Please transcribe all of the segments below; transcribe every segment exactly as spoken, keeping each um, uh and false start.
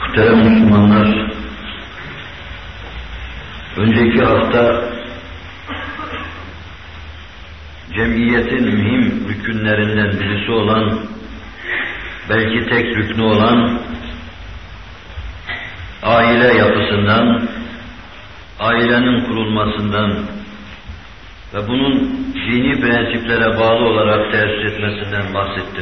Muhterem Müslümanlar, önceki hafta cemiyetin mühim rükünlerinden birisi olan, belki tek rüknü olan aile yapısından, ailenin kurulmasından ve bunun dini prensiplere bağlı olarak tesis etmesinden bahsettim.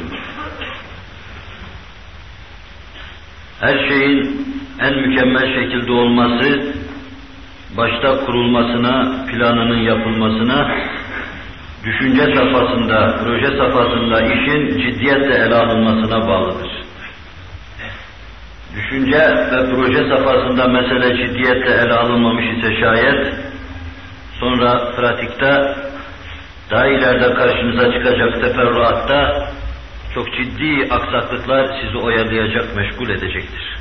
Her şeyin en mükemmel şekilde olması, başta kurulmasına, planının yapılmasına, düşünce safhasında, proje safhasında işin ciddiyetle ele alınmasına bağlıdır. Düşünce ve proje safhasında mesele ciddiyetle ele alınmamış ise şayet, sonra pratikte, daha ileride karşınıza çıkacak teferruatta, çok ciddi aksaklıklar sizi oyalayacak, meşgul edecektir.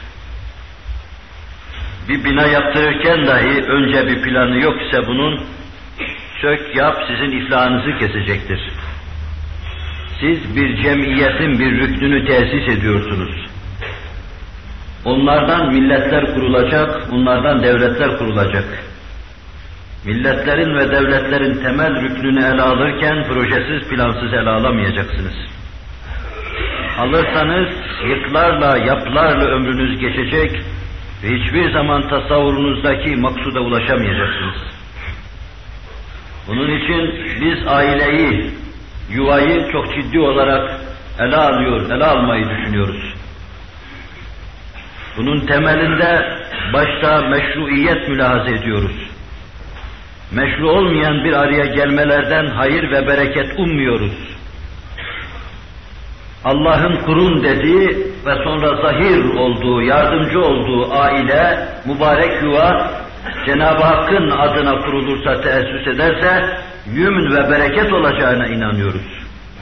Bir bina yaptırırken dahi önce bir planı yok ise bunun, sök yap sizin iflahınızı kesecektir. Siz bir cemiyetin bir rüknünü tesis ediyorsunuz. Onlardan milletler kurulacak, onlardan devletler kurulacak. Milletlerin ve devletlerin temel rüknünü ele alırken projesiz, plansız ele alamayacaksınız. Alırsanız yıklarla, yapılarla ömrünüz geçecek ve hiçbir zaman tasavvurunuzdaki maksuda ulaşamayacaksınız. Bunun için biz aileyi, yuvayı çok ciddi olarak ele alıyor, ele almayı düşünüyoruz. Bunun temelinde başta meşruiyet mülahaza ediyoruz. Meşru olmayan bir araya gelmelerden hayır ve bereket ummuyoruz. Allah'ın kurun dediği ve sonra zahir olduğu, yardımcı olduğu aile, mübarek yuva, Cenab-ı Hakk'ın adına kurulursa, teessüs ederse, yümün ve bereket olacağına inanıyoruz.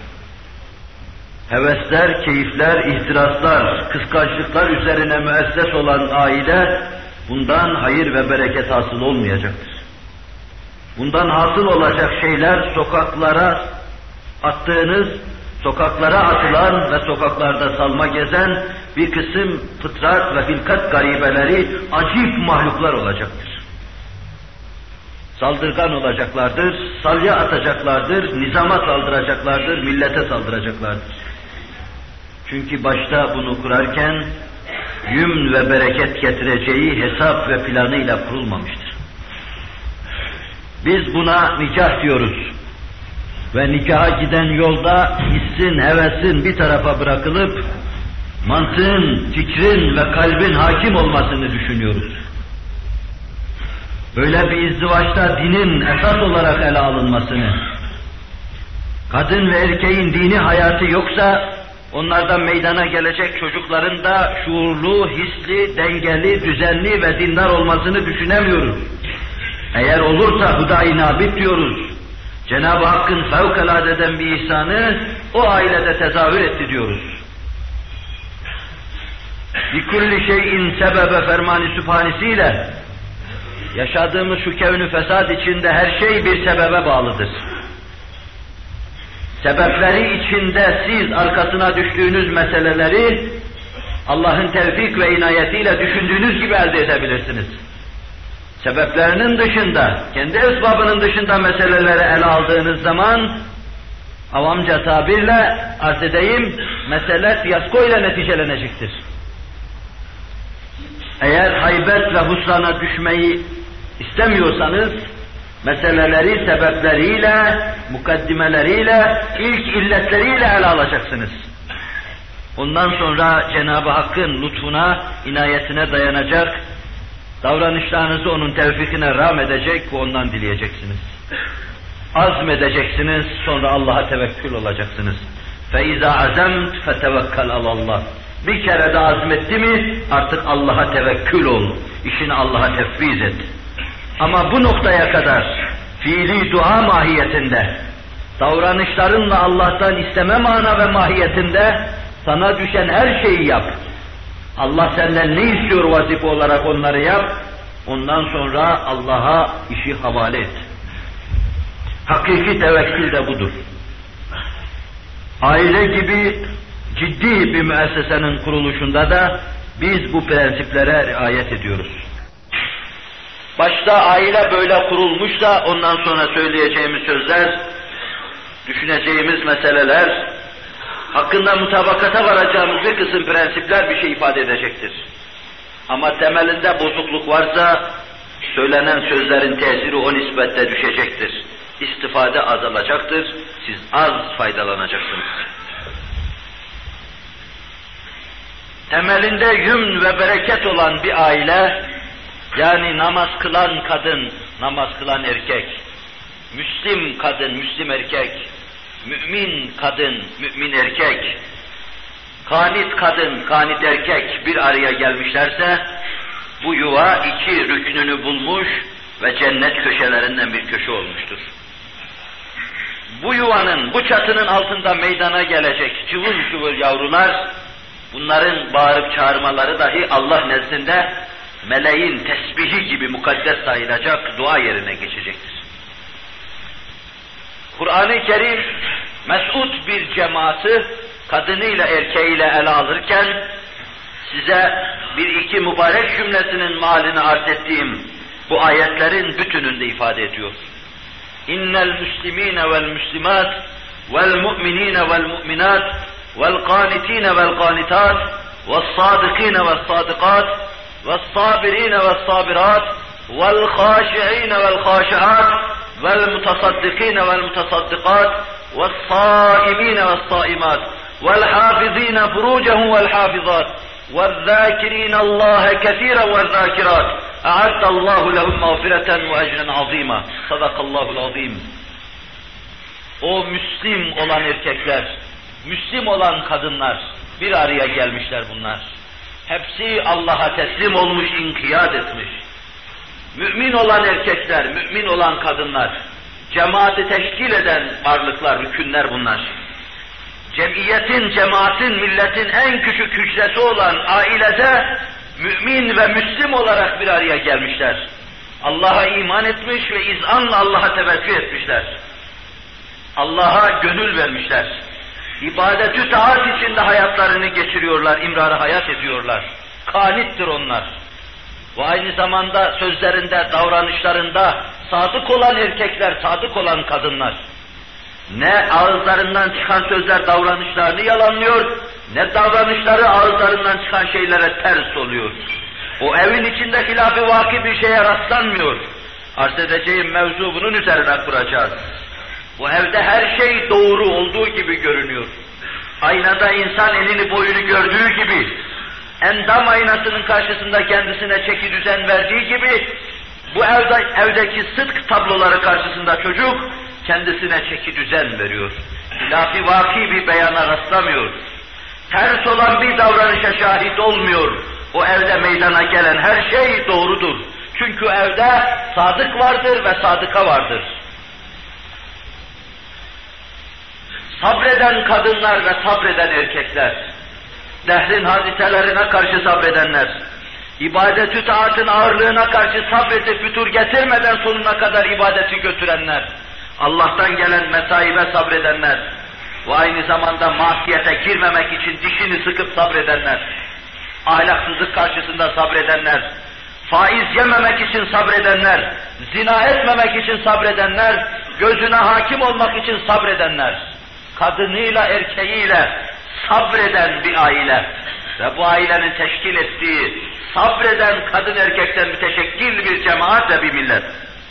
Hevesler, keyifler, ihtiraslar, kıskançlıklar üzerine müesses olan aile, bundan hayır ve bereket hasıl olmayacaktır. Bundan hasıl olacak şeyler sokaklara attığınız, sokaklara atılan ve sokaklarda salma gezen bir kısım fıtrat ve hilkat garibeleri, acip mahluklar olacaktır. Saldırgan olacaklardır, salya atacaklardır, nizama saldıracaklardır, millete saldıracaklardır. Çünkü başta bunu kurarken yümn ve bereket getireceği hesap ve planıyla kurulmamıştır. Biz buna nikah diyoruz. Ve nikaha giden yolda hissin, hevesin bir tarafa bırakılıp mantığın, fikrin ve kalbin hakim olmasını düşünüyoruz. Böyle bir izdivaçta dinin esas olarak ele alınmasını, kadın ve erkeğin dini hayatı yoksa onlardan meydana gelecek çocukların da şuurlu, hisli, dengeli, düzenli ve dindar olmasını düşünemiyoruz. Eğer olursa hudâ-i nâbit diyoruz. Cenab-ı Hakk'ın fevkaladeden bir ihsanı o ailede tezahür etti diyoruz. Bikulli şeyin sebebe fermani sübhanesiyle yaşadığımız şu kevn-ü fesad içinde her şey bir sebebe bağlıdır. Sebepleri içinde siz arkasına düştüğünüz meseleleri Allah'ın tevfik ve inayetiyle düşündüğünüz gibi elde edebilirsiniz. Sebeplerinin dışında, kendi esbabının dışında meseleleri ele aldığınız zaman, avamca tabirle arz edeyim, mesele fiyasko ile neticelenecektir. Eğer haybet ve husrana düşmeyi istemiyorsanız, meseleleri sebepleriyle, mukaddimeleriyle, ilk illetleriyle ele alacaksınız. Ondan sonra Cenab-ı Hakk'ın lütfuna, inayetine dayanacak, davranışlarınızı onun tevfikine rağm edecek ve ondan dileyeceksiniz. Azmedeceksiniz, sonra Allah'a tevekkül olacaksınız. فَاِذَا عَزَمْتْ فَتَوَكَّلْ عَلَى اللّٰهِ Bir kere de azmetti mi, artık Allah'a tevekkül ol, işini Allah'a tefviz et. Ama bu noktaya kadar, fiili dua mahiyetinde, davranışlarınla Allah'tan isteme mana ve mahiyetinde, sana düşen her şeyi yap. Allah senden ne istiyor vazife olarak onları yap, ondan sonra Allah'a işi havale et. Hakiki tevekkül de budur. Aile gibi ciddi bir müessesenin kuruluşunda da Biz bu prensiplere riayet ediyoruz. Başta aile böyle kurulmuşsa ondan sonra söyleyeceğimiz sözler, düşüneceğimiz meseleler, hakkında mutabakata varacağımız bir kısım prensipler bir şey ifade edecektir. Ama temelinde bozukluk varsa, söylenen sözlerin tesiri o nispette düşecektir. İstifade azalacaktır, siz az faydalanacaksınız. Temelinde yümn ve bereket olan bir aile, yani namaz kılan kadın, namaz kılan erkek, Müslim kadın, Müslim erkek, mümin kadın, mümin erkek, kanit kadın, kanit erkek bir araya gelmişlerse, bu yuva iki rüknünü bulmuş ve cennet köşelerinden bir köşe olmuştur. Bu yuvanın, bu çatının altında meydana gelecek cıvıl cıvıl yavrular, bunların bağırıp çağırmaları dahi Allah nezdinde meleğin tesbihi gibi mukaddes sayılacak dua yerine geçecektir. Kur'an-ı Kerim mes'ud bir cemaati kadınıyla erkeğiyle ele alırken size bir iki mübarek cümlesinin malini arz ettiğim bu ayetlerin bütününde ifade ediyor. İnnel muslimine vel muslimat vel mu'minine vel mu'minat vel qanitine vel qanitat vel sadıkine vel sadıkat vel sabirine vel sabirat vel khâşi'ine vel khâşi'at vel mutasaddikine vel mutasaddikat vel sâimine vel sâimat vel hâfizine furucehum vel hâfizat وَالذَّاكِرِينَ اللّٰهَ كَثِيرًا وَالذَّاكِرَاتِ اَعَدَّ اللّٰهُ لَهُمْ مَغْفِرَةً وَاَجْرًا عَظ۪يمًا صَدَقَ اللّٰهُ الْعَظ۪يمُ. O Müslim olan erkekler, Müslim olan kadınlar, bir araya gelmişler bunlar. Hepsi Allah'a teslim olmuş, inkiyat etmiş. Mümin olan erkekler, mümin olan kadınlar, cemaati teşkil eden varlıklar, rükünler bunlar. Cemiyetin, cemaatin, milletin en küçük hücresi olan ailede mümin ve Müslim olarak bir araya gelmişler. Allah'a iman etmiş ve izanla Allah'a teveccüh etmişler. Allah'a gönül vermişler. İbadet-ü taat içinde hayatlarını geçiriyorlar, imrar-ı hayat ediyorlar. Kanittir onlar. Ve aynı zamanda sözlerinde, davranışlarında sadık olan erkekler, sadık olan kadınlar. Ne ağızlarından çıkan sözler davranışlarını yalanlıyor, ne davranışları ağızlarından çıkan şeylere ters oluyor. O evin içinde hilaf-ı vaki bir şeye rastlanmıyor. Arz edeceğim mevzu bunun üzerine kuracağız. Bu evde her şey doğru olduğu gibi görünüyor. Aynada insan elini boyunu gördüğü gibi, endam aynasının karşısında kendisine çeki düzen verdiği gibi, bu evde, evdeki sıdk tabloları karşısında çocuk, kendisine çeki düzen veriyor. Hilaf-ı vaki bir beyana rastlamıyor. Ters olan bir davranışa şahit olmuyor. O evde meydana gelen her şey doğrudur. Çünkü evde sadık vardır ve sadıka vardır. Sabreden kadınlar ve sabreden erkekler, dehrin hadiselerine karşı sabredenler, ibadet-ü taatın ağırlığına karşı sabredip fütur getirmeden sonuna kadar ibadeti götürenler, Allah'tan gelen mesaibe sabredenler ve aynı zamanda masiyete girmemek için dişini sıkıp sabredenler, ahlaksızlık karşısında sabredenler, faiz yememek için sabredenler, zina etmemek için sabredenler, gözüne hakim olmak için sabredenler, kadınıyla erkeğiyle sabreden bir aile ve bu ailenin teşkil ettiği sabreden kadın erkekten müteşekkil bir cemaat ve bir millet.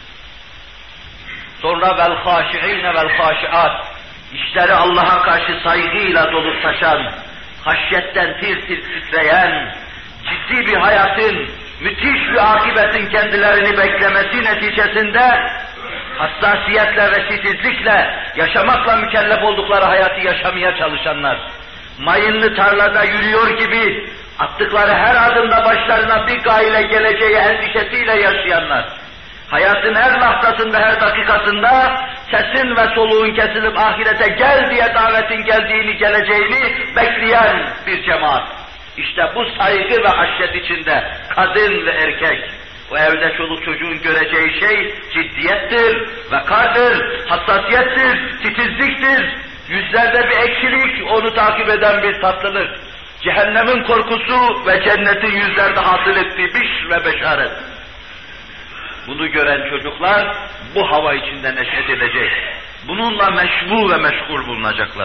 Sonra vel hâşi'îne vel hâşi'at, işleri Allah'a karşı saygıyla dolup taşan, haşyetten tir tir titreyen, ciddi bir hayatın, müthiş bir akıbetin kendilerini beklemesi neticesinde hassasiyetle ve titizlikle yaşamakla mükellef oldukları hayatı yaşamaya çalışanlar, mayınlı tarlada yürüyor gibi attıkları her adımda başlarına bir gayle geleceği endişesiyle yaşayanlar, hayatın her lahzasında, her dakikasında sesin ve soluğun kesilip ahirete gel diye davetin geldiğini, geleceğini bekleyen bir cemaat. İşte bu saygı ve haşyet içinde kadın ve erkek, o evde çoluk çocuğun göreceği şey ciddiyettir, vekardır, hassasiyettir, titizliktir. Yüzlerde bir ekşilik, onu takip eden bir tatlılık. cehennemin korkusu ve cennetin yüzlerde hasıl ettiği bişr ve beşaret. Bunu gören çocuklar bu hava içinde neşet edecek. Bununla meşbu ve meşgul bulunacaklar.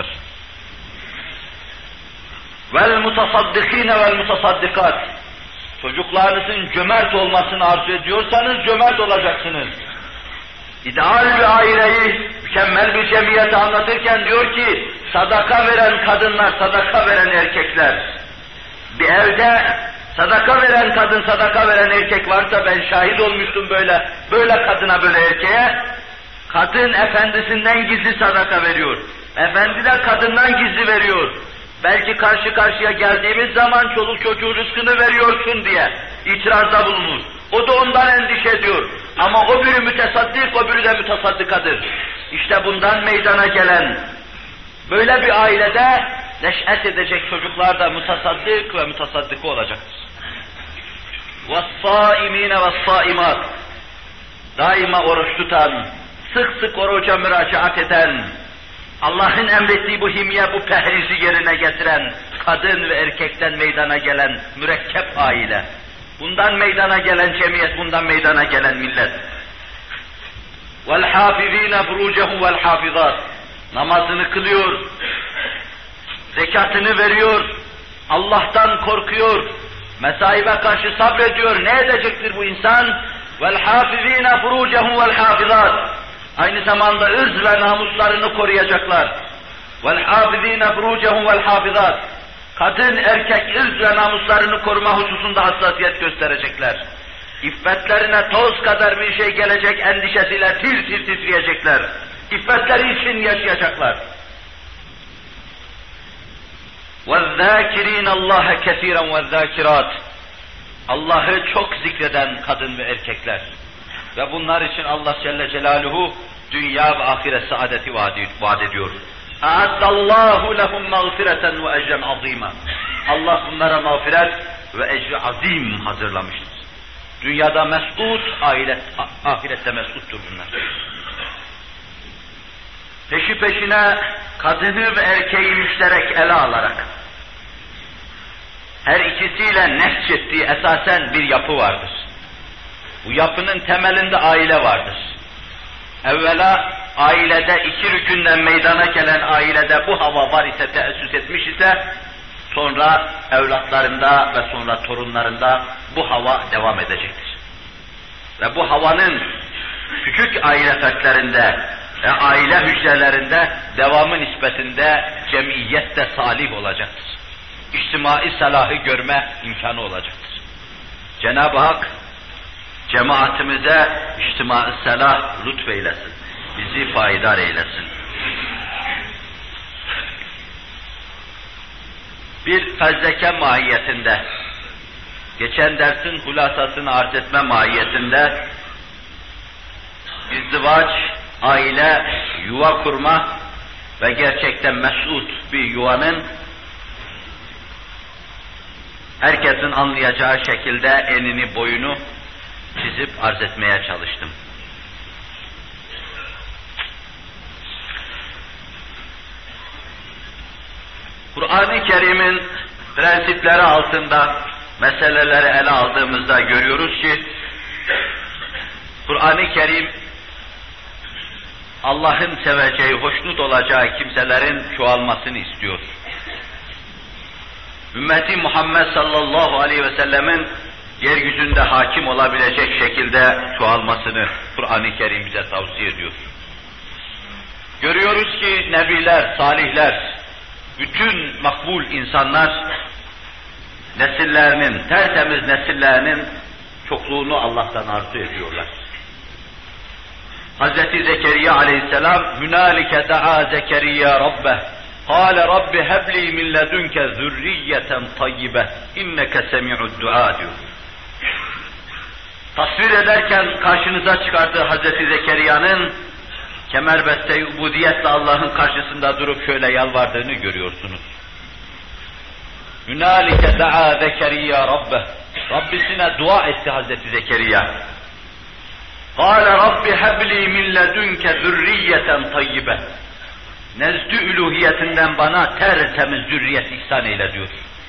Vel mutasaddikine vel mutasaddikat. Çocuklarınızın cömert olmasını arzu ediyorsanız cömert olacaksınız. İdeal bir aileyi, mükemmel bir cemiyeti anlatırken diyor ki, sadaka veren kadınlar, sadaka veren erkekler. Bir evde sadaka veren kadın, sadaka veren erkek varsa ben şahit olmuştum böyle, böyle kadına, böyle erkeğe. Kadın efendisinden gizli sadaka veriyor. Efendi de kadından gizli veriyor. Belki karşı karşıya geldiğimiz zaman çoluk çocuğu rızkını veriyorsun diye itirazda bulunur. O da ondan endişe ediyor. Ama o biri mütesaddik, o biri de mütesaddikadır. İşte bundan meydana gelen böyle bir ailede neş'et edecek çocuklar da mütesaddik ve mütesaddika olacaktır. وَالصَّائِم۪ينَ وَالصَّائِمَاتِ Daima oruç tutan, sık sık oruca müracaat eden, Allah'ın emrettiği bu himye, bu pehrizi yerine getiren, kadın ve erkekten meydana gelen mürekkep aile, bundan meydana gelen cemiyet, bundan meydana gelen millet. وَالْحَافِظ۪ينَ فُرُوجَهُمْ وَالْحَافِظَاتِ Namazını kılıyor, zekatını veriyor, Allah'tan korkuyor, mesaibe karşı sabrediyor. Ne edecektir bu insan? وَالْحَافِظ۪ينَ فُرُوجَهُمْ وَالْحَافِظَاتِ Aynı zamanda ırz ve namuslarını koruyacaklar. وَالْحَافِظ۪ينَ فُرُوجَهُمْ وَالْحَافِظَاتِ Kadın, erkek ırz ve namuslarını koruma hususunda hassasiyet gösterecekler. İffetlerine toz kadar bir şey gelecek endişesiyle tir tir titreyecekler. İffetleri için yaşayacaklar. وَالذَّاكِر۪ينَ اللّٰهَ كَثِيرًا وَالذَّاكِرَاتِ Allah'ı çok zikreden kadın ve erkekler. Ve bunlar için Allah Celle Celaluhu dünya ve ahiret saadeti vaat ediyor. اَعَدَّ اللّٰهُ لَهُمْ مَغْفِرَةً وَاَجْرًا عَظ۪يمًا Allah bunlara mağfiret ve ecri azim hazırlamıştır. Dünyada mes'ud, ahiret, ahirette mes'uddur bunlar. Peşi peşine kadını ve erkeği müşterek ele alarak, her ikisiyle nehçettiği esasen bir yapı vardır. Bu yapının temelinde aile vardır. Evvela ailede iki rükünden meydana gelen ailede bu hava var ise, teessüs etmiş ise, sonra evlatlarında ve sonra torunlarında bu hava devam edecektir. Ve bu havanın küçük aile fertlerinde ve aile hücrelerinde devamı nispetinde cemiyette salih olacaktır. İçtimai salahı görme imkanı olacaktır. Cenab-ı Hak cemaatimize içtimai salah lütfeylesin. Bizi faydar eylesin. Bir fezleke mahiyetinde, geçen dersin hulasasını arz etme mahiyetinde, izdivaç, aile, yuva kurma ve gerçekten mes'ud bir yuvanın herkesin anlayacağı şekilde enini boyunu çizip arz etmeye çalıştım. Kur'an-ı Kerim'in prensipleri altında meseleleri ele aldığımızda görüyoruz ki Kur'an-ı Kerim Allah'ın seveceği, hoşnut olacağı kimselerin çoğalmasını istiyor. Ümmeti Muhammed sallallahu aleyhi ve sellemin yeryüzünde hakim olabilecek şekilde çoğalmasını Kur'an-ı Kerim bize tavsiye ediyor. Görüyoruz ki nebiler, salihler, bütün makbul insanlar nesillerinin, tertemiz nesillerinin çokluğunu Allah'tan arzu ediyorlar. Hazreti Zekeriya aleyhisselam hünalike da'a Zekeriya rabbeh kâle rabbi hebli min ledünke zürriyeten tayyibeh inneke semi'ud du'a diyor. Tasvir ederken karşınıza çıkardığı Hazreti Zekeriya'nın kemerbeste-i ubudiyetle Allah'ın karşısında durup şöyle yalvardığını görüyorsunuz. Hünalike da'a Zekeriya rabbeh. Rabbisine dua etti Hazreti Zekeriya. Kâle rabbi hebli min ledünke zürriyeten tayyibeh. Nezdü uluhiyetinden bana tertemiz zürriyet ihsan eyle diyor.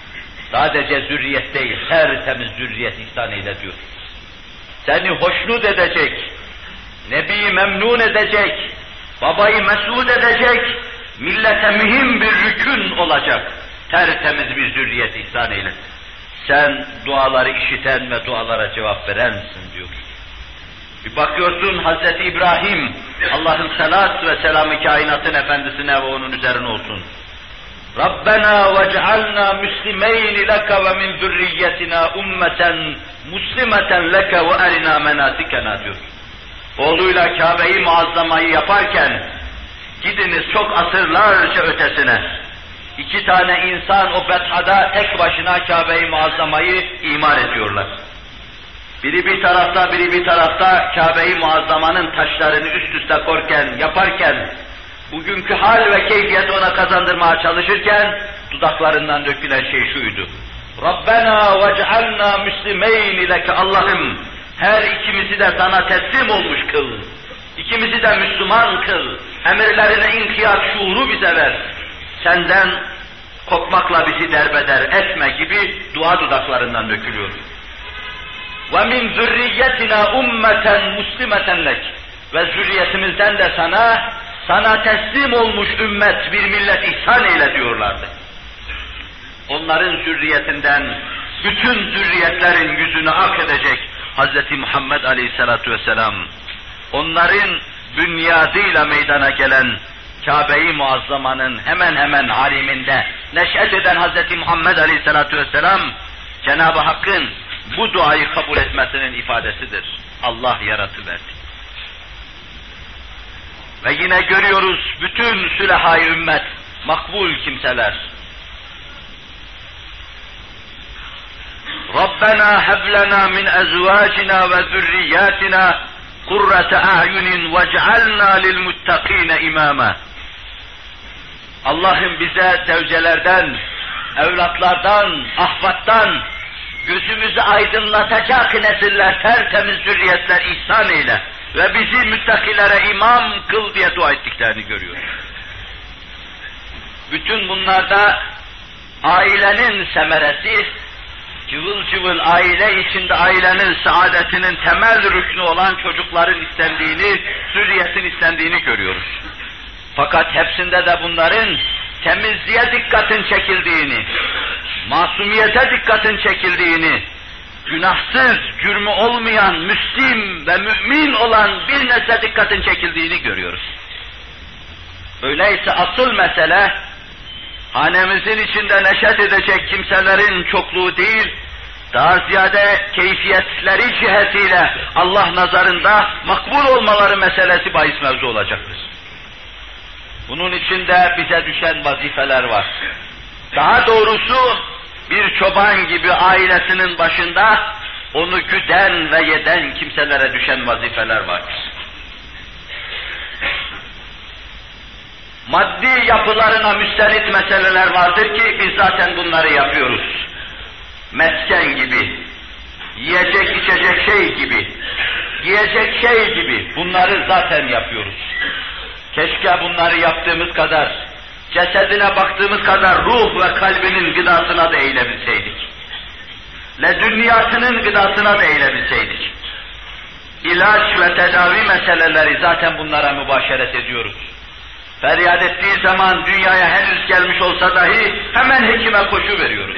Sadece zürriyet değil, tertemiz zürriyet ihsan eyle diyor. Seni hoşnut edecek, Nebi'yi memnun edecek, babayı mesut edecek, millete mühim bir rükün olacak, tertemiz bir zürriyet ihsan eyle. Sen duaları işiten ve dualara cevap verensin diyor. Bir bakıyorsun Hazreti İbrahim, Allah'ın salat ve selamı kainatın efendisine ve onun üzerine olsun. Rabbena vec'alna müslimeyni leke ve min zürriyetina ummeten muslimeten leke ve erina menasikena diyor. Oğluyla Kabe'yi muazzamayı yaparken, gidiniz çok asırlarca ötesine, iki tane insan o bethada tek başına Kabe'yi muazzamayı imar ediyorlar. Biri bir tarafta, biri bir tarafta Kabe'yi muazzamanın taşlarını üst üste korken, yaparken, bugünkü hal ve keyfiyeti ona kazandırmaya çalışırken, dudaklarından dökülen şey şuydu. Rabbena vec'alna müslimeyni leke, Allah'ım her ikimizi de sana teslim olmuş kıl. İkimizi de Müslüman kıl. Emirlerine inkiyat şuuru bize ver. Senden kopmakla bizi derbeder etme gibi dua dudaklarından dökülüyor. وَمِنْ ذُرِّيَّتِنَا اُمَّةً مُسْلِمَةً لَكِ ve zürriyetimizden de sana, sana teslim olmuş ümmet, bir millet ihsan eyle diyorlardı. Onların zürriyetinden bütün zürriyetlerin yüzünü ak edecek Hz. Muhammed Aleyhisselatü Vesselam, onların bünyadıyla meydana gelen Kabe-i Muazzama'nın hemen hemen hariminde neş'et eden Hz. Muhammed Aleyhisselatü Vesselam, Cenab-ı Hakk'ın bu duayı kabul etmesinin ifadesidir. Allah yaratıverdi. Ve yine görüyoruz bütün sülehâ-i ümmet, makbul kimseler. Rabbena heb lena min ezvacina ve zürriyatina kurrate a'yunin vec'alna lil muttakine imama. Allah'ım bize zevcelerden, evlatlardan, ahvattan gözümüzü aydınlatacak nesiller, tertemiz zürriyetler ihsan eyle ve bizi müttakilere imam kıl diye dua ettiklerini görüyoruz. Bütün bunlarda ailenin semeresi, cıvıl cıvıl aile içinde ailenin saadetinin temel rüknü olan çocukların istendiğini, zürriyetin istendiğini görüyoruz. Fakat hepsinde de bunların temizliğe dikkatin çekildiğini, masumiyete dikkatin çekildiğini, günahsız, cürmü olmayan, müslim ve mümin olan bir nesle dikkatin çekildiğini görüyoruz. Öyleyse asıl mesele, hanemizin içinde neşet edecek kimselerin çokluğu değil, daha ziyade keyfiyetleri cihetiyle Allah nazarında makbul olmaları meselesi bahis mevzu olacaktır. Bunun içinde bize düşen vazifeler var. Daha doğrusu bir çoban gibi ailesinin başında onu güden ve yeden kimselere düşen vazifeler vardır. Maddi yapılarına müstenit meseleler vardır ki biz zaten bunları yapıyoruz. Mesken gibi, yiyecek içecek şey gibi, giyecek şey gibi bunları zaten yapıyoruz. Keşke bunları yaptığımız kadar, cesedine baktığımız kadar ruh ve kalbinin gıdasına da eğilebilseydik. Ledünniyatının gıdasına da eğilebilseydik. İlaç ve tedavi meseleleri zaten bunlara mübaşeret ediyoruz. Feryat ettiği zaman dünyaya henüz gelmiş olsa dahi hemen hekime koşu veriyoruz.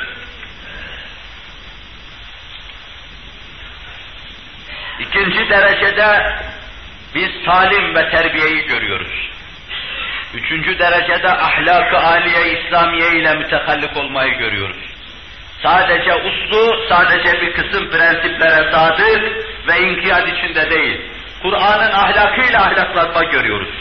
İkinci derecede biz talim ve terbiyeyi görüyoruz. Üçüncü derecede ahlak-ı âliye İslamiye ile mütehallik olmayı görüyoruz. Sadece uslu, sadece bir kısım prensiplere sadık ve inkiyat içinde değil, Kur'an'ın ahlakıyla ahlaklanma görüyoruz.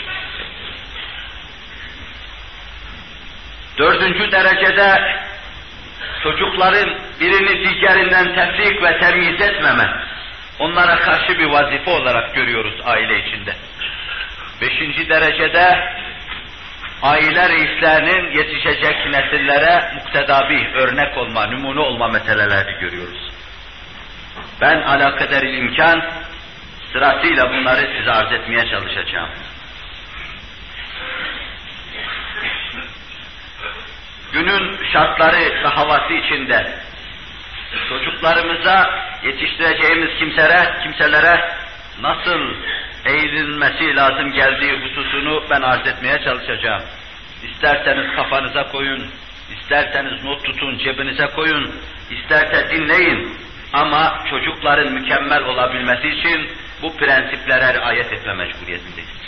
Dördüncü derecede çocukların birini diğerinden tefrik ve temyiz etmeme, onlara karşı bir vazife olarak görüyoruz aile içinde. Beşinci derecede aile reislerinin yetişecek nesillere muktedabi, örnek olma, numune olma meselelerini görüyoruz. Ben alakadaril imkan sırasıyla bunları size arz etmeye çalışacağım. günün şartları ve havası içinde çocuklarımıza, yetiştireceğimiz kimselere, kimselere nasıl eğilinmesi lazım geldiği hususunu ben arz etmeye çalışacağım. İsterseniz kafanıza koyun, isterseniz not tutun, cebinize koyun, isterse dinleyin. Ama çocukların mükemmel olabilmesi için bu prensiplere riayet etme mecburiyetindeyiz.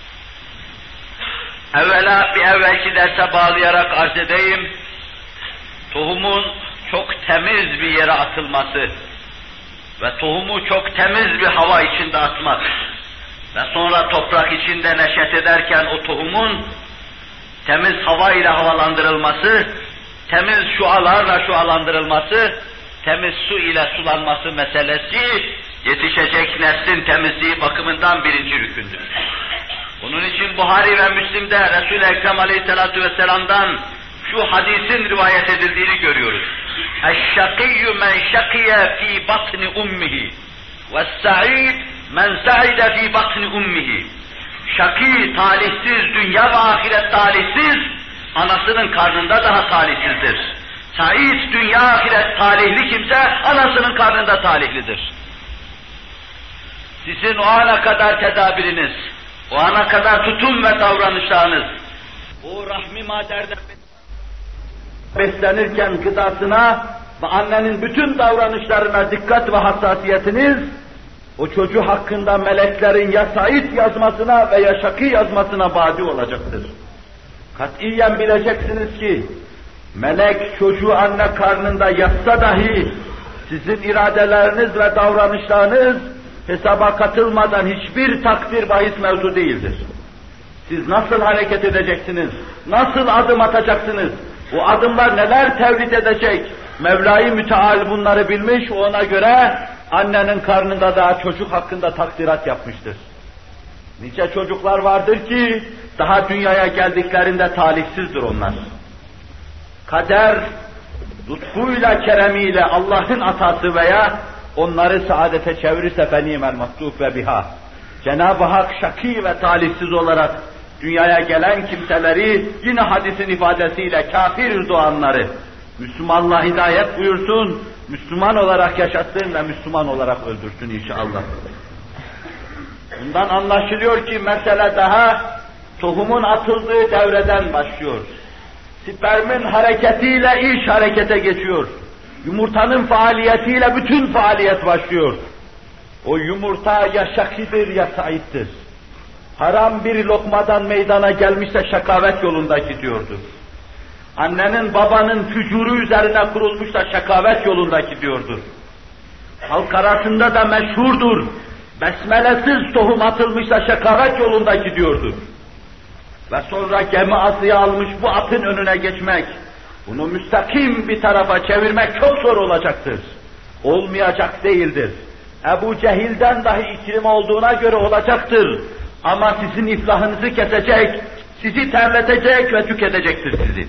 Evvela bir evvelki derse bağlayarak arz edeyim, tohumun çok temiz bir yere atılması ve tohumu çok temiz bir hava içinde atmak ve sonra toprak içinde neşet ederken o tohumun temiz hava ile havalandırılması, temiz şualarla şualandırılması, temiz su ile sulanması meselesi yetişecek neslin temizliği bakımından birinci rükündür. Bunun için Buhari ve Müslim'de Resul-i Ekrem Aleyhisselatü Vesselam'dan şu hadisin rivayet edildiğini görüyoruz. اَشَّقِيُّ مَنْ شَقِيَ ف۪ي بَطْنِ اُمِّهِ وَالسَّعِيدُ مَنْ سَعِدَ ف۪ي بَطْنِ اُمِّهِ Şakî, talihsiz, dünya ve ahiret talihsiz, anasının karnında daha talihsizdir. Said, dünya ahiret talihli kimse, anasının karnında talihlidir. Sizin o ana kadar tedabiriniz, o ana kadar tutum ve davranışlarınız, o rahmi maderden beslenirken gıdasına ve annenin bütün davranışlarına dikkat ve hassasiyetiniz, o çocuğu hakkında meleklerin ya Said yazmasına veya Şakî yazmasına badi olacaktır. Katiyen bileceksiniz ki, melek çocuğu anne karnında yatsa dahi, sizin iradeleriniz ve davranışlarınız hesaba katılmadan hiçbir takdir bahis mevzu değildir. Siz nasıl hareket edeceksiniz, nasıl adım atacaksınız, o adımlar neler tevlid edecek, Mevla-i Müteal bunları bilmiş, ona göre annenin karnında da çocuk hakkında takdirat yapmıştır. Nice çocuklar vardır ki, daha dünyaya geldiklerinde talihsizdir onlar. Kader, lütfuyla, keremiyle Allah'ın atası veya onları saadete çevirirse fenîmel mahdûf ve biha. Cenab-ı Hak şakî ve talihsiz olarak dünyaya gelen kimseleri yine hadisin ifadesiyle kafir doğanları Müslümanlığa hidayet buyursun, Müslüman olarak yaşatsın ve Müslüman olarak öldürsün inşallah. Bundan anlaşılıyor ki mesele daha tohumun atıldığı devreden başlıyor. Spermin hareketiyle iş harekete geçiyor. Yumurtanın faaliyetiyle bütün faaliyet başlıyor. O yumurta ya şakidir ya saittir. Haram bir lokmadan meydana gelmişse şakavet yolunda gidiyordur. Annenin babanın fücuru üzerine kurulmuş da şakavet yolunda gidiyordur. Halk arasında da meşhurdur. Besmelesiz tohum atılmışsa şakavet yolunda gidiyordur. Ve sonra gemi asıya almış bu atın önüne geçmek, bunu müstakim bir tarafa çevirmek çok zor olacaktır. Olmayacak değildir. Ebu Cehil'den dahi ikrim olduğuna göre olacaktır. Ama sizin iflahınızı kesecek, sizi terletecek ve tüketecektir sizi.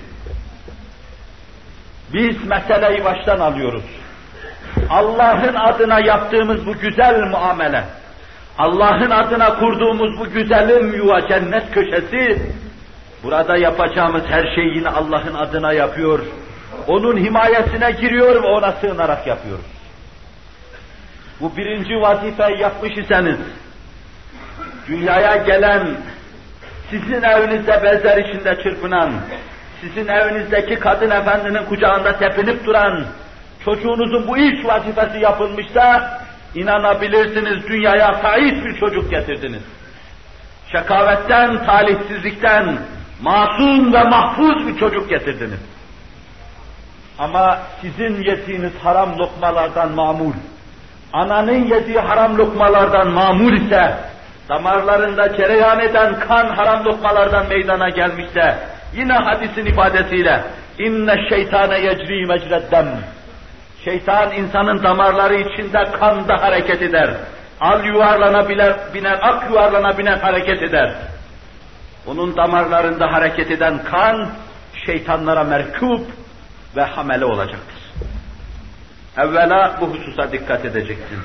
Biz meseleyi baştan alıyoruz. Allah'ın adına yaptığımız bu güzel muamele, Allah'ın adına kurduğumuz bu güzelim yuva, cennet köşesi, burada yapacağımız her şeyi yine Allah'ın adına yapıyor, onun himayesine giriyor ve ona sığınarak yapıyoruz. Bu birinci vazifeyi yapmış iseniz, dünyaya gelen, sizin evinizde bezer içinde çırpınan, sizin evinizdeki kadın efendinin kucağında tepinip duran, çocuğunuzun bu ilk vazifesi yapılmışsa, inanabilirsiniz dünyaya sahip bir çocuk getirdiniz. Şakavetten, talihsizlikten, masum ve mahfuz bir çocuk getirdiniz. Ama sizin yediğiniz haram lokmalardan mamul, ananın yediği haram lokmalardan mamul ise, damarlarında cereyan eden kan haram lokmalardan meydana gelmişse, yine hadisin ifadesiyle, inne şeytane yecri mecreddem. Şeytan insanın damarları içinde kanda hareket eder. Al yuvarlanabilir, biner, ak yuvarlanabilir hareket eder. Onun damarlarında hareket eden kan, şeytanlara merkup ve hamele olacaktır. Evvela bu hususa dikkat edeceksin.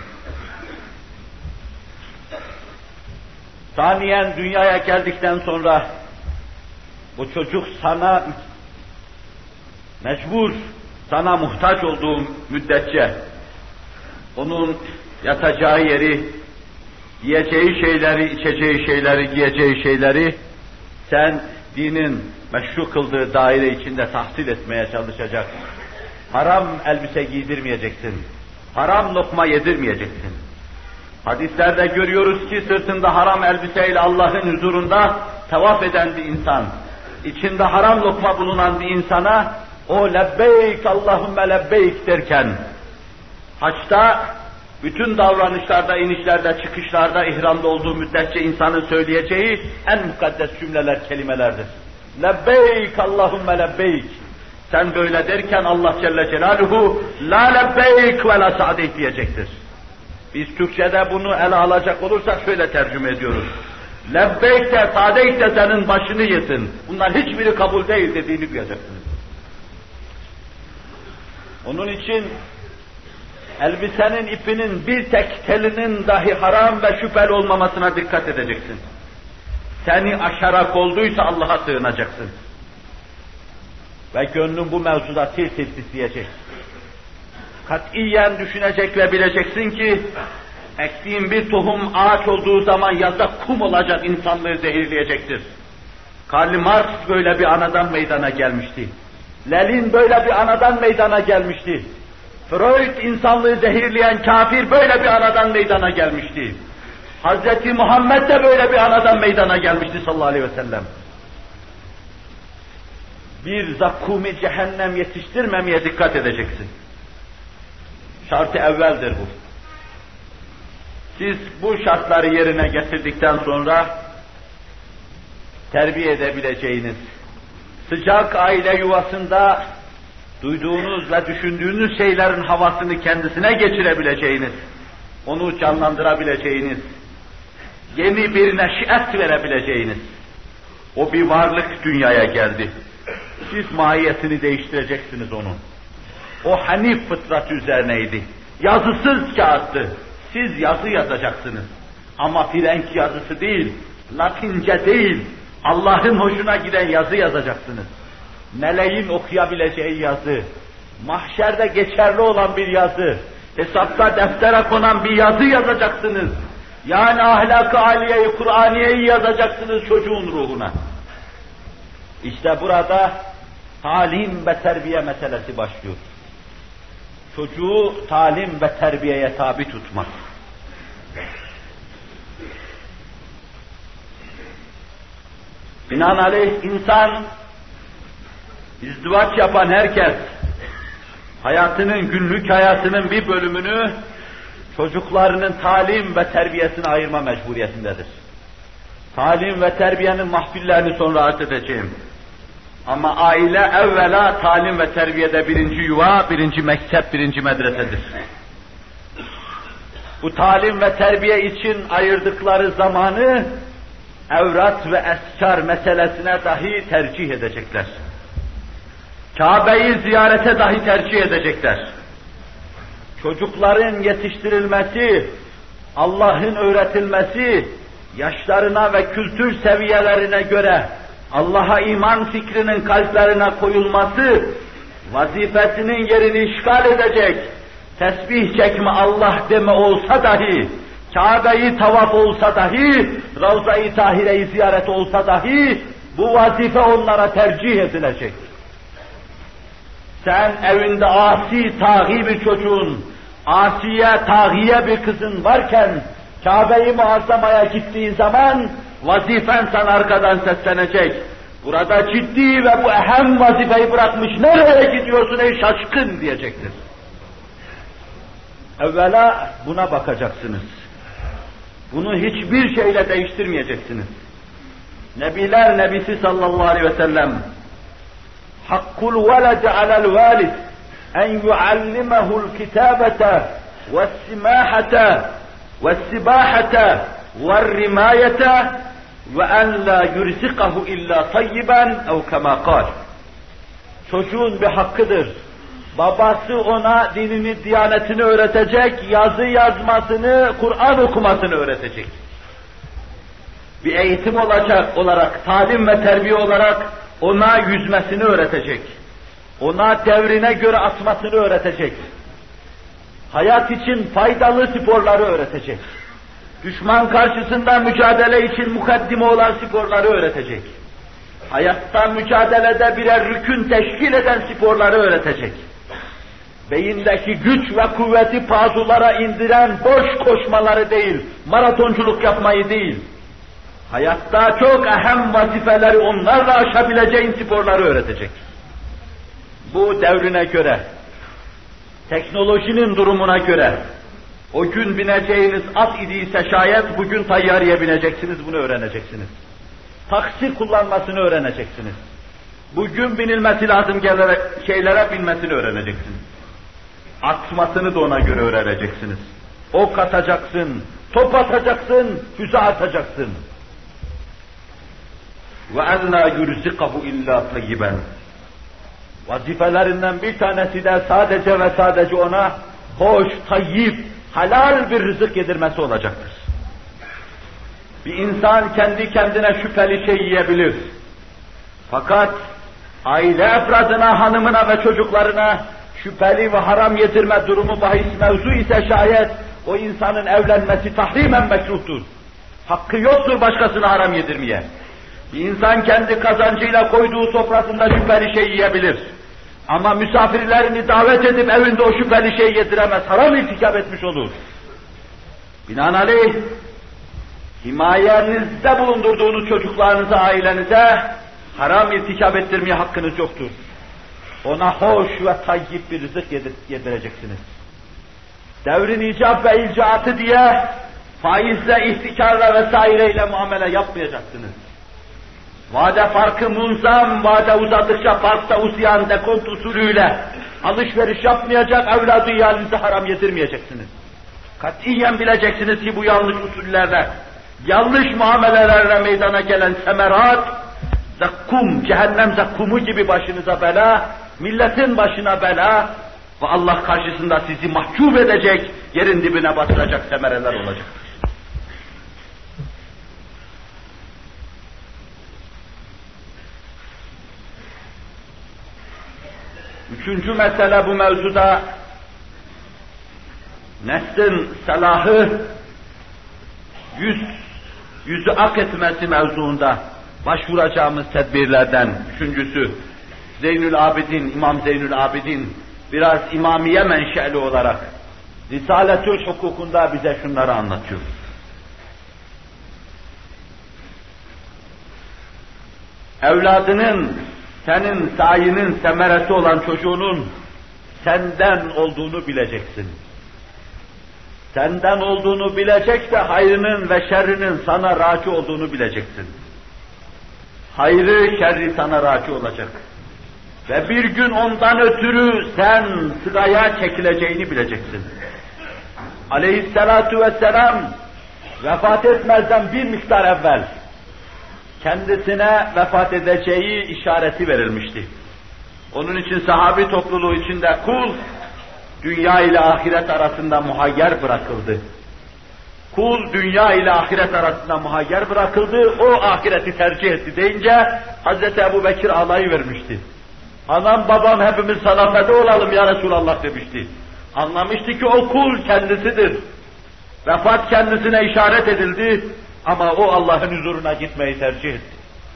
Saniyen dünyaya geldikten sonra bu çocuk sana mecbur, sana muhtaç olduğum müddetçe, onun yatacağı yeri, yiyeceği şeyleri, içeceği şeyleri, giyeceği şeyleri, sen dinin meşru kıldığı daire içinde tahsil etmeye çalışacaksın. Haram elbise giydirmeyeceksin. Haram lokma yedirmeyeceksin. Hadislerde görüyoruz ki sırtında haram elbiseyle Allah'ın huzurunda tavaf eden bir insan, içinde haram lokma bulunan bir insana o lebbeyk Allahümme lebbeyk derken, haçta bütün davranışlarda, inişlerde, çıkışlarda, ihramda olduğu müddetçe insanın söyleyeceği en mukaddes cümleler, kelimelerdir. Lebbeyk Allahümme lebbeyk. Sen böyle derken Allah Celle Celaluhu la lebbeyk ve la sa'deyk diyecektir. Biz Türkçe'de bunu ele alacak olursak şöyle tercüme ediyoruz. Lebbeyk de sa'deyk de senin başını yesin. Bunlar hiçbiri kabul değil dediğini duyacaksınız. Onun için elbisenin ipinin bir tek telinin dahi haram ve şüpheli olmamasına dikkat edeceksin. Seni aşarak olduysa Allah'a sığınacaksın. Ve gönlün bu mevzuda tir tir titreyecek. Katiyen düşünecek ve bileceksin ki ektiğin bir tohum ağaç olduğu zaman yazda kum olacak, insanlığı zehirleyecektir. Karl Marx böyle bir anadan meydana gelmişti. Lenin böyle bir anadan meydana gelmişti. Freud insanlığı zehirleyen kafir böyle bir anadan meydana gelmişti. Hazreti Muhammed de böyle bir anadan meydana gelmişti sallallahu aleyhi ve sellem. Bir zakkumi cehennem yetiştirmemeye dikkat edeceksin. Şartı evveldir bu. Siz bu şartları yerine getirdikten sonra terbiye edebileceğiniz, sıcak aile yuvasında duyduğunuz ve düşündüğünüz şeylerin havasını kendisine geçirebileceğiniz, onu canlandırabileceğiniz, yeni bir neşet verebileceğiniz, o bir varlık dünyaya geldi. Siz mahiyetini değiştireceksiniz onun. O hanif fıtrat üzerineydi. Yazısız kağıttı. Siz yazı yazacaksınız. Ama Frenk yazısı değil, Latince değil, Allah'ın hoşuna giden yazı yazacaksınız. Meleğin okuyabileceği yazı, mahşerde geçerli olan bir yazı, hesapta deftere konan bir yazı yazacaksınız. Yani ahlak-ı aliye-i Kur'aniye'yi yazacaksınız çocuğun ruhuna. İşte burada talim ve terbiye meselesi başlıyor. Çocuğu talim ve terbiyeye tabi tutmak. Binaenaleyh insan, izdivaç yapan herkes, hayatının, günlük hayatının bir bölümünü çocuklarının talim ve terbiyesine ayırma mecburiyetindedir. Talim ve terbiyenin mahfillerini sonra arz edeceğim. Ama aile evvela talim ve terbiyede birinci yuva, birinci mektep, birinci medresedir. Bu talim ve terbiye için ayırdıkları zamanı evrat ve eskar meselesine dahi tercih edecekler. Kabe'yi ziyarete dahi tercih edecekler. Çocukların yetiştirilmesi, Allah'ın öğretilmesi, yaşlarına ve kültür seviyelerine göre Allah'a iman fikrinin kalplerine koyulması, vazifesinin yerini işgal edecek, tesbih çekme Allah deme olsa dahi, Kabe'yi tavaf olsa dahi, Ravza-i Tahire'yi ziyaret olsa dahi, bu vazife onlara tercih edilecek. Sen evinde asi, taği bir çocuğun, asiye, tağiye bir kızın varken, Kabe'yi muazzamaya gittiğin zaman, vazifen sana arkadan seslenecek. Burada ciddi ve bu ehem vazifeyi bırakmış, nereye gidiyorsun ey şaşkın diyecektir. Evvela buna bakacaksınız. Bunu hiçbir şeyle değiştirmeyeceksiniz. Nebiler Nebisi sallallahu aleyhi ve sellem, hakkul veledi alel valid en yuallimehu'l kitabete ve's-simahete ve's-sibahete ve'r-rimayete ve en la yurzikahu illa tayyiben ev kema kal. Çocuğun bir hakkıdır. Babası ona dinini, diyanetini öğretecek, yazı yazmasını, Kur'an okumasını öğretecek. Bir eğitim olacak olarak, talim ve terbiye olarak ona yüzmesini öğretecek. ona devrine göre atmasını öğretecek. Hayat için faydalı sporları öğretecek. Düşman karşısında mücadele için mukaddime olan sporları öğretecek. Hayatta mücadelede birer rükün teşkil eden sporları öğretecek. Beyindeki güç ve kuvveti pazulara indiren boş koşmaları değil, maratonculuk yapmayı değil, hayatta çok önemli vazifeleri onlarla aşabileceğin sporları öğretecek. Bu devrine göre, teknolojinin durumuna göre, o gün bineceğiniz at idiyse şayet bugün tayyareye bineceksiniz, bunu öğreneceksiniz. Taksi kullanmasını öğreneceksiniz. Bugün binilmesi lazım gelerek şeylere binmesini öğreneceksiniz. Atmasını da ona göre öğreneceksiniz. Ok atacaksın, top atacaksın, füze atacaksın. وَاَذْنَا يُرْزِقَهُ اِلَّا طَيِّبًا. Vazifelerinden bir tanesi de sadece ve sadece ona hoş, tayyip, halal bir rızık yedirmesi olacaktır. Bir insan kendi kendine şüpheli şey yiyebilir. Fakat aile efradına, hanımına ve çocuklarına şüpheli ve haram yedirme durumu bahis mevzu ise şayet o insanın evlenmesi tahrimen mekruhtur. Hakkı yoktur başkasına haram yedirmeye. Bir insan kendi kazancıyla koyduğu sofrasında şüpheli şey yiyebilir. Ama misafirlerini davet edip evinde o şüpheli şey yediremez, haram irtikap etmiş olur. Binaenaleyh, himayenizde bulundurduğunuz çocuklarınıza, ailenize haram irtikap ettirmeye hakkınız yoktur. Ona hoş ve tayyip bir rızık yedir yedireceksiniz. Devrin icap ve ilcaatı diye faizle, ihtikarla vesaireyle muamele yapmayacaksınız. Vade farkı munzam, vade uzadıkça farkta uzayan dekont usulüyle alışveriş yapmayacak, evladı iyalinize haram yedirmeyeceksiniz. Katiyen bileceksiniz ki bu yanlış usullerle, yanlış muamelelerle meydana gelen semerat, zakkum, cehennem zakkumu gibi başınıza bela, milletin başına bela ve Allah karşısında sizi mahcup edecek, yerin dibine batıracak semereler olacak. Üçüncü mesele bu mevzuda neslin salahı yüz, yüzü ak etmesi mevzuunda başvuracağımız tedbirlerden üçüncüsü Zeynül Abidin, İmam Zeynül Abidin biraz imamiye menşeli olarak Risaletül Hukukunda bize şunları anlatıyor. Evladının, senin sayının semeresi olan çocuğunun senden olduğunu bileceksin. Senden olduğunu bilecek de hayrının ve şerrinin sana raci olduğunu bileceksin. Hayrı, şerri sana raci olacak. Ve bir gün ondan ötürü sen sıraya çekileceğini bileceksin. Aleyhissalatu vesselam vefat etmezden bir miktar evvel kendisine vefat edeceği işareti verilmişti. Onun için sahabi topluluğu içinde kul, dünya ile ahiret arasında muhayyer bırakıldı. Kul, dünya ile ahiret arasında muhayyer bırakıldı, o ahireti tercih etti deyince Hazreti Ebu Bekir ağlayıvermişti. Anam babam hepimiz sana feda olalım ya Resulallah demişti. Anlamıştı ki o kul kendisidir. Vefat kendisine işaret edildi ama o Allah'ın huzuruna gitmeyi tercih etti.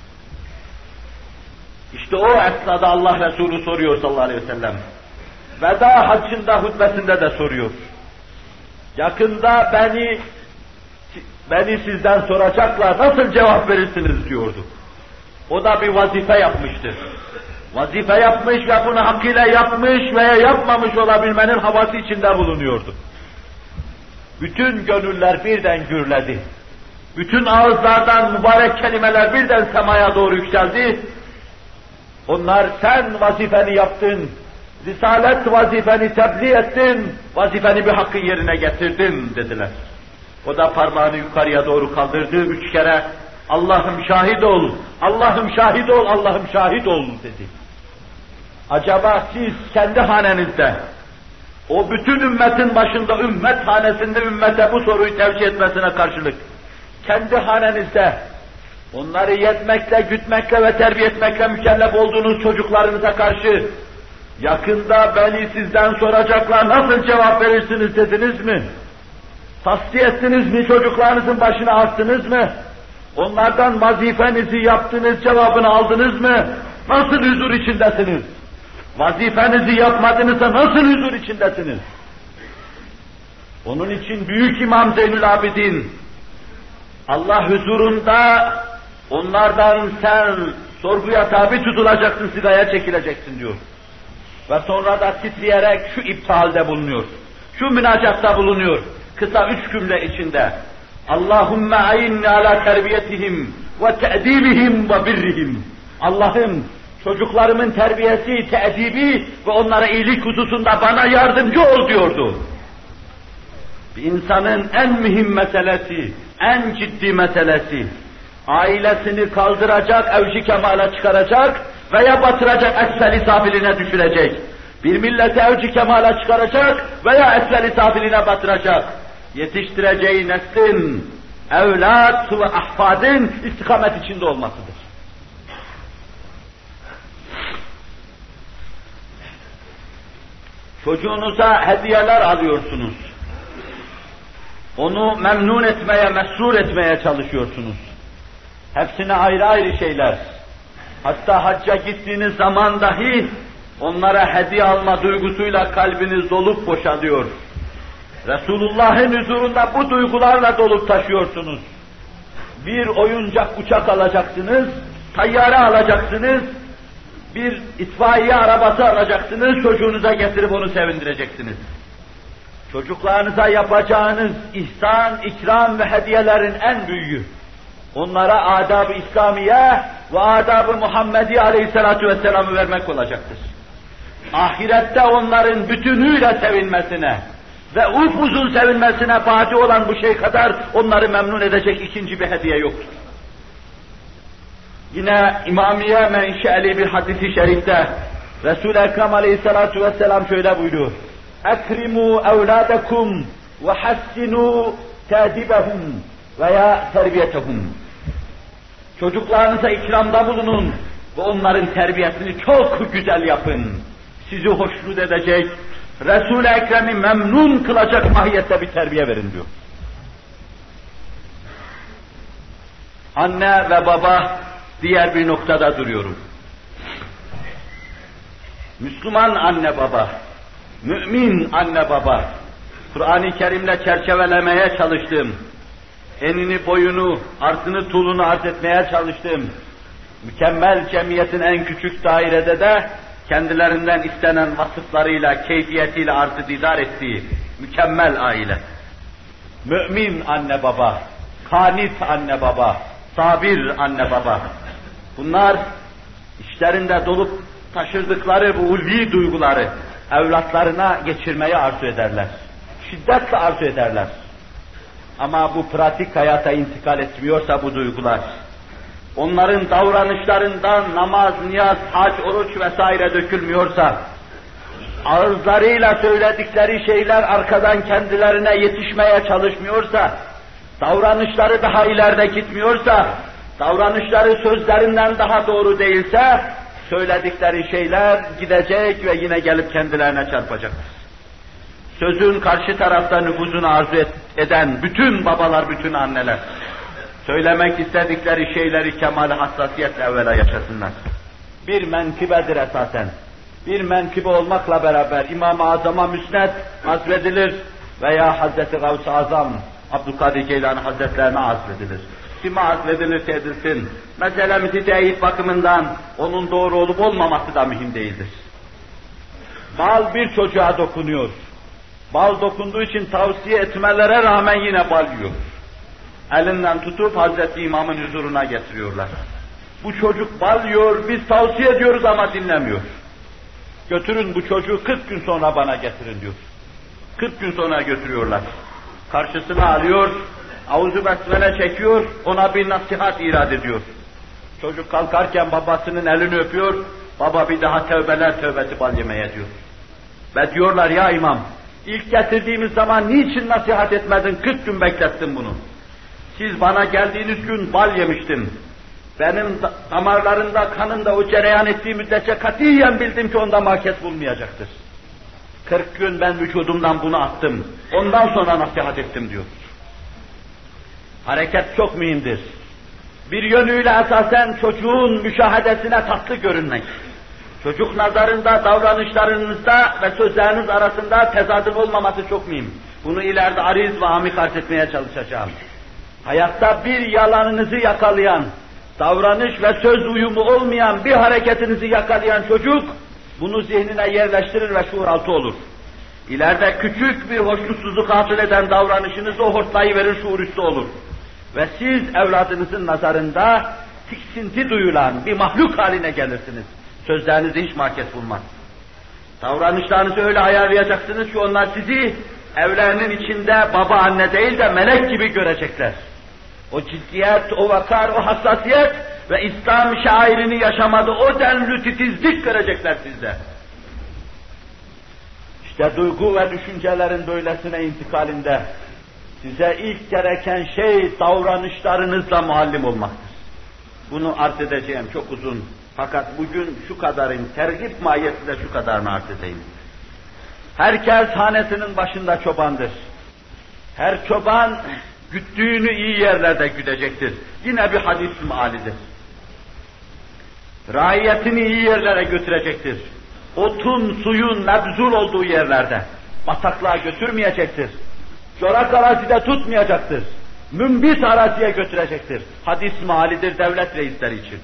İşte o esnada Allah Resulü soruyor sallallahu aleyhi ve sellem. Veda haccında, hutbesinde de soruyor. Yakında beni beni sizden soracaklar, nasıl cevap verirsiniz diyordu. O da bir vazife yapmıştır. Vazife yapmış ve bunu hakkıyla yapmış veya yapmamış olabilmenin havası içinde bulunuyordu. Bütün gönüller birden gürledi. Bütün ağızlardan mübarek kelimeler birden semaya doğru yükseldi. Onlar sen vazifeni yaptın, risalet vazifeni tebliğ ettin, vazifeni bir hakkın yerine getirdin dediler. O da parmağını yukarıya doğru kaldırdı, üç kere Allah'ım şahit ol, Allah'ım şahit ol, Allah'ım şahit ol dedi. Acaba siz kendi hanenizde, o bütün ümmetin başında, ümmet hanesinde ümmete bu soruyu tevcih etmesine karşılık, kendi hanenizde, onları yetmekle, gütmekle ve terbiye etmekle mükellef olduğunuz çocuklarınıza karşı Yakında beni sizden soracaklar, nasıl cevap verirsiniz dediniz mi? Tasfiye ettiniz mi, çocuklarınızın başına attınız mı? Onlardan vazifenizi yaptınız, cevabını aldınız mı? Nasıl huzur içindesiniz? Vazifenizi yapmadınızsa nasıl huzur içindesiniz? Onun için Büyük İmam Zeynül Abidin, Allah huzurunda onlardan sen sorguya tabi tutulacaksın, sigaya çekileceksin diyor. Ve sonra da titreyerek şu iptalde bulunuyor, şu münacatta bulunuyor, kısa üç cümle içinde. Allahümme a'inni ala terbiyetihim ve te'dibihim ve birrihim. Allah'ım çocuklarımın terbiyesi, te'dibi ve onlara iyilik hususunda bana yardımcı ol diyordu. Bir insanın en mühim meselesi, en ciddi meselesi, ailesini kaldıracak, evci kemale çıkaracak veya batıracak, esfel-i safiline düşürecek. Bir milleti evci kemale çıkaracak veya esfel-i safiline batıracak. Yetiştireceği neslin, evlat ve ahfadın istikamet içinde olmasıdır. Çocuğunuza hediyeler alıyorsunuz. Onu memnun etmeye, mesrur etmeye çalışıyorsunuz. Hepsine ayrı ayrı şeyler. Hatta hacca gittiğiniz zaman dahi onlara hediye alma duygusuyla kalbiniz dolup boşalıyor. Resulullah'ın huzurunda bu duygularla dolup taşıyorsunuz. Bir oyuncak uçak alacaksınız, tayyare alacaksınız, bir itfaiye arabası alacaksınız, çocuğunuza getirip onu sevindireceksiniz. Çocuklarınıza yapacağınız ihsan, ikram ve hediyelerin en büyüğü, onlara adab-ı İslamiye ve adab-ı Muhammedi aleyhissalatu vesselam'ı vermek olacaktır. Ahirette onların bütünüyle sevinmesine ve upuzun sevinmesine baki olan bu şey kadar onları memnun edecek ikinci bir hediye yoktur. Yine İmamiye menşeli bir hadis-i şerifte Resul-i Ekrem aleyhissalatu vesselam şöyle buyuruyor: "Ekrimu evladakum ve hassinu tadibahum veya terbiyetehum." Çocuklarınıza ikramda bulunun ve onların terbiyesini çok güzel yapın. Sizi hoşnut edecek, Resul-i Ekrem'i memnun kılacak mahiyette bir terbiye verin diyor. Anne ve baba diğer bir noktada duruyorum. Müslüman anne baba, mümin anne baba, Kur'an-ı Kerim'le çerçevelemeye çalıştım. Enini, boyunu, arzını, tuğlunu arz etmeye çalıştım. Mükemmel cemiyetin en küçük dairede de kendilerinden istenen vasıflarıyla, keyfiyetiyle arz-ı didar ettiği mükemmel aile. Mümin anne baba, kanit anne baba, sabir anne baba. Bunlar işlerinde dolup taşırdıkları bu ulvi duyguları evlatlarına geçirmeyi arzu ederler. Şiddetle arzu ederler. Ama bu pratik hayata intikal etmiyorsa bu duygular, onların davranışlarından namaz, niyaz, hac, oruç vesaire dökülmüyorsa, ağızlarıyla söyledikleri şeyler arkadan kendilerine yetişmeye çalışmıyorsa, davranışları daha ileride gitmiyorsa, davranışları sözlerinden daha doğru değilse, söyledikleri şeyler gidecek ve yine gelip kendilerine çarpacaktır. Sözün karşı tarafta nüfuzunu arzu eden bütün babalar, bütün anneler, söylemek istedikleri şeyleri kemal-i hassasiyetle evvela yaşasınlar. Bir menkıbedir esasen. Bir menkıbe olmakla beraber İmam-ı Azam'a müsned azledilir veya Hazreti Gavs-ı Azam, Abdülkadir Geylani Hazretlerine azledilir. Kime azledilir edilsin, meselemizi teyit bakımından onun doğru olup olmaması da mühim değildir. Bal bir çocuğa dokunuyor. Bal dokunduğu için tavsiye etmelere rağmen yine bal yiyor. Elinden tutup Hazreti İmam'ın huzuruna getiriyorlar. Bu çocuk bal yiyor, biz tavsiye ediyoruz ama dinlemiyor. Götürün bu çocuğu kırk gün sonra bana getirin diyor. kırk gün sonra götürüyorlar. Karşısına alıyor, avuzu besmele çekiyor, ona bir nasihat irad ediyor. Çocuk kalkarken babasının elini öpüyor, baba bir daha tövbeler tövbesi bal yemeye diyor. Ve diyorlar ya imam, ilk getirdiğimiz zaman niçin nasihat etmedin, kırk gün beklettin bunu. Siz bana geldiğiniz gün bal yemiştin. benim damarlarında, kanında o cereyan ettiği müddetçe katiyen bildim ki onda mahkes bulmayacaktır. kırk gün ben vücudumdan bunu attım, ondan sonra nasihat ettim diyor. Hareket çok mühimdir. Bir yönüyle esasen çocuğun müşahedesine tatlı görünmek. Çocuk nazarında, davranışlarınızda ve sözleriniz arasında tezadın olmaması çok mühim. Bunu ileride ariz ve amik arz etmeye çalışacağım. Hayatta bir yalanınızı yakalayan, davranış ve söz uyumu olmayan bir hareketinizi yakalayan çocuk, bunu zihnine yerleştirir ve şuur altı olur. İleride küçük bir hoşnutsuzluk hasıl eden davranışınızı o hortlayıverir, şuur üstü olur. Ve siz evladınızın nazarında tiksinti duyulan bir mahluk haline gelirsiniz. Sözlerinizi hiç mahkes bulmaz. Davranışlarınızı öyle ayarlayacaksınız ki onlar sizi evlerinin içinde baba anne değil de melek gibi görecekler. O ciddiyet, o vakar, o hassasiyet ve İslam şairini yaşamadı o denli titizlik görecekler sizde. İşte duygu ve düşüncelerin böylesine intikalinde size ilk gereken şey davranışlarınızla muallim olmaktır. Bunu arz edeceğim çok uzun. Fakat bugün şu kadarın, tergip mahiyetinde şu kadarını arz edeyim. Herkes hanesinin başında çobandır. Her çoban güttüğünü iyi yerlerde güdecektir. Yine bir hadis mealidir. Raiyetini iyi yerlere götürecektir. Otun, suyun mebzul olduğu yerlerde bataklığa götürmeyecektir. Çorak arazide tutmayacaktır. Mümbit araziye götürecektir. Hadis mealidir devlet reisleri için.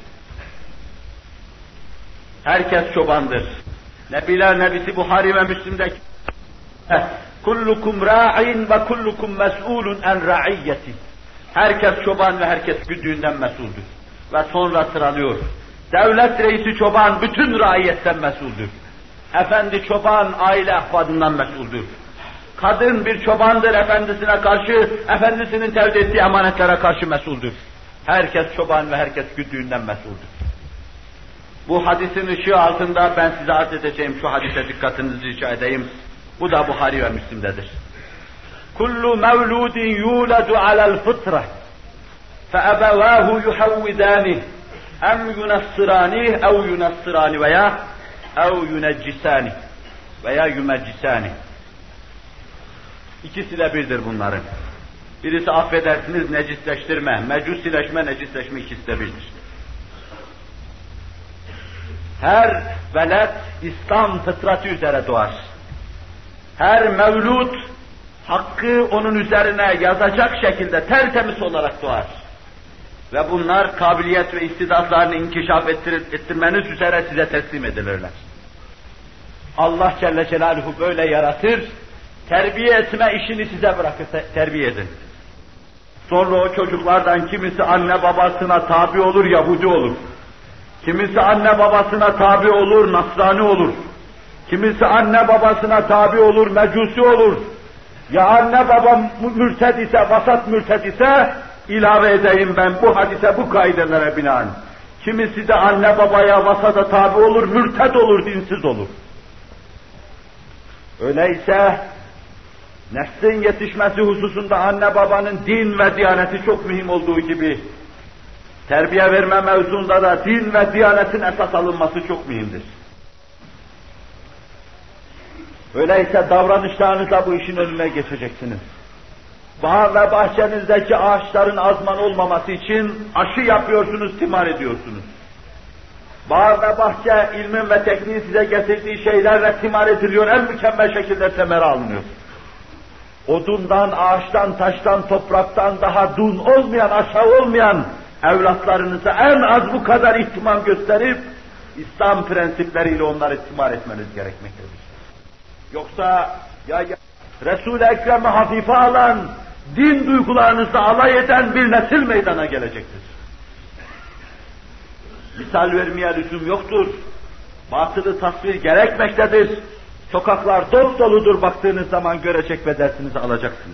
Herkes çobandır. Nebiler Nebisi Buhari ve Müslim'deki kullukum ra'in ve kullukum mes'ulun en ra'iyyeti. Herkes çoban ve herkes güdüğünden mesuldür. Ve sonra sıralıyor. Devlet reisi çoban bütün raiyetten mesuldür. Efendi çoban aile ahvadından mesuldür. Kadın bir çobandır efendisine karşı, efendisinin tevdi ettiği emanetlere karşı mesuldür. Herkes çoban ve herkes güdüğünden mesuldür. Bu hadisin ışığı altında ben size arz edeceğim şu hadise dikkatinizi rica edeyim. Bu da Buhari ve Müslim'dedir. Kullu mevludin yuladu alel fıtre fe ebevâhu yuhavvidânih em yunassırânih ev yunassırânih veya ev yuneccisânih veya yumeccisânih. İkisi de birdir bunların. Birisi affedersiniz necisleştirme, mecusileşme, necisleşme ikisi de birdir. Her velet İslam fıtratı üzere doğar. Her mevlud hakkı onun üzerine yazacak şekilde tertemiz olarak doğar. Ve bunlar kabiliyet ve istidatlarını inkişaf ettir ettirmeniz üzere size teslim edilirler. Allah Celle Celaluhu böyle yaratır, terbiye etme işini size bırakır, te terbiye edin. Sonra o çocuklardan kimisi anne babasına tabi olur, Yahudi olur. Kimisi anne babasına tabi olur, Nasrani olur. Kimisi anne babasına tabi olur, Mecusi olur. Ya anne baba mürted ise, vasat mürted ise, ilave edeyim ben bu hadise, bu kaidelere binaen. Kimisi de anne babaya, vasata tabi olur, mürted olur, dinsiz olur. Öyleyse, neslin yetişmesi hususunda anne babanın din ve diyaneti çok mühim olduğu gibi, terbiye verme mevzunda da din ve diyanetin esas alınması çok mühimdir. Öyleyse davranışlarınızla bu işin önüne geçeceksiniz. Bağ ve bahçenizdeki ağaçların azman olmaması için aşı yapıyorsunuz, timar ediyorsunuz. Bağ ve bahçe ilmin ve tekniğin size getirdiği şeylerle timar ediliyor, en mükemmel şekilde temel alınıyor. Odundan, ağaçtan, taştan, topraktan daha dun olmayan, aşağı olmayan evlatlarınıza en az bu kadar ihtimam gösterip İslam prensipleriyle onları timar etmeniz gerekmektedir. Yoksa ya, ya Resul-i Ekrem'i hafife alan, din duygularınızla alay eden bir nesil meydana gelecektir. Misal vermeye lüzum yoktur. Batılı tasvir gerekmektedir. Sokaklar dop doludur, baktığınız zaman görecek ve dersinizi alacaksınız.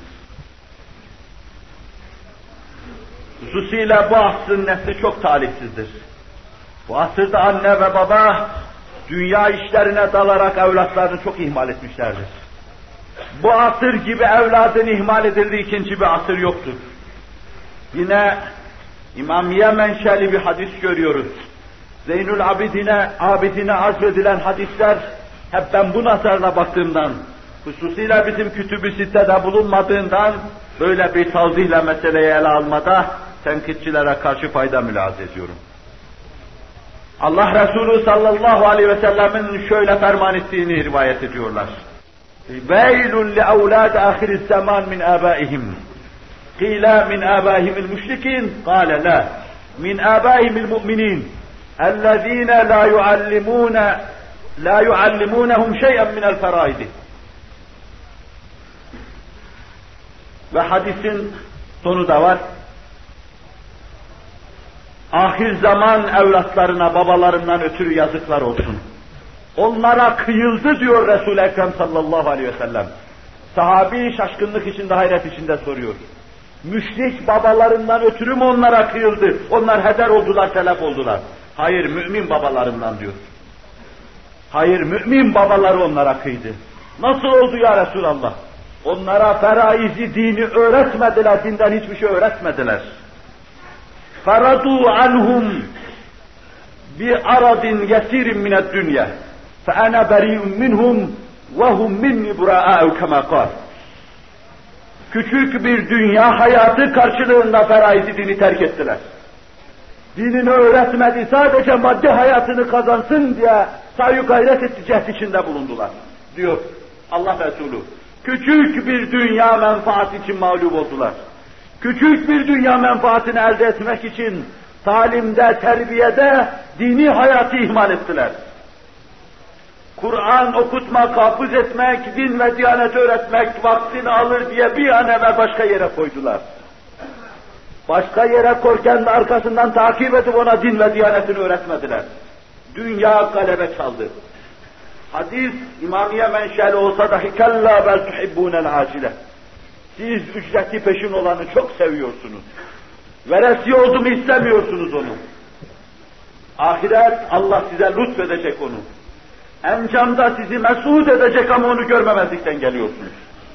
Hususiyle bu asrın nesli çok talihsizdir. Bu asırda anne ve baba dünya işlerine dalarak evlatlarını çok ihmal etmişlerdir. Bu asır gibi evladın ihmal edildiği ikinci bir asır yoktur. Yine İmamiye menşeli bir hadis görüyoruz. Zeynül Abidine, Abidine arz edilen hadisler hep ben bu nazarla baktığımdan, hususuyla bizim Kütüb-i Sitte'de bulunmadığından böyle bir tavzihle meseleyi ele almada tenkitçilere karşı fayda mülahaz ediyorum. Allah Resulü sallallahu aleyhi ve sellemin şöyle ferman ettiğini rivayet ediyorlar. Veylun li evlâd âhiriz zaman min âbâihim. Qîlâ min âbâihimil müşrikîn. Qâle lâ. Min âbâihimil mu'minîn. اَلَّذ۪ينَ لَا يُعَلِّمُونَ لَا يُعَلِّمُونَهُمْ شَيْئًا مِنَ الْفَرَائِدِ. Ve hadisin sonu da var. Ahir zaman evlatlarına babalarından ötürü yazıklar olsun. Onlara kıyıldı diyor Resul-i Ekrem sallallahu aleyhi ve sellem. Sahabi şaşkınlık içinde, hayret içinde soruyor. Müşrik babalarından ötürü mü onlara kıyıldı? Onlar heder oldular, telef oldular. Hayır, mümin babalarından diyor. Hayır, mümin babaları onlara kıydı. Nasıl oldu ya Resulallah? Onlara feraizi dini öğretmediler, dinden hiçbir şey öğretmediler. فَرَضُوا عَنْهُمْ بِعَرَضٍ يَسِيرٍ مِنَ الدُّنْيَا فَأَنَا بَرِيءٌ مِنْهُمْ وَهُمْ مِنِّي بُرَاءَ كَمَا قَالَ. Küçük bir dünya hayatı karşılığında feraizi dini terk ettiler. Dinini öğretmedi, sadece maddi hayatını kazansın diye sahi gayret etti, cehd içinde bulundular, diyor Allah Resulü. Küçük bir dünya menfaat için mağlup oldular. Küçük bir dünya menfaatini elde etmek için talimde, terbiyede, dini hayatı ihmal ettiler. Kur'an okutmak, hafız etmek, din ve diyanet öğretmek vaktini alır diye bir an evvel başka yere koydular. Başka yere koyarken de arkasından takip edip ona din ve diyanetini öğretmediler. Dünya galebe çaldı. Hadis İmamiye menşeli olsa dahi kella bel tuhibbûnel acile. Siz ücreti peşin olanı çok seviyorsunuz. Veresi oldu mu istemiyorsunuz onu. Ahiret Allah size lütfedecek onu. Encamda sizi mesut edecek ama onu görmemezlikten geliyorsunuz.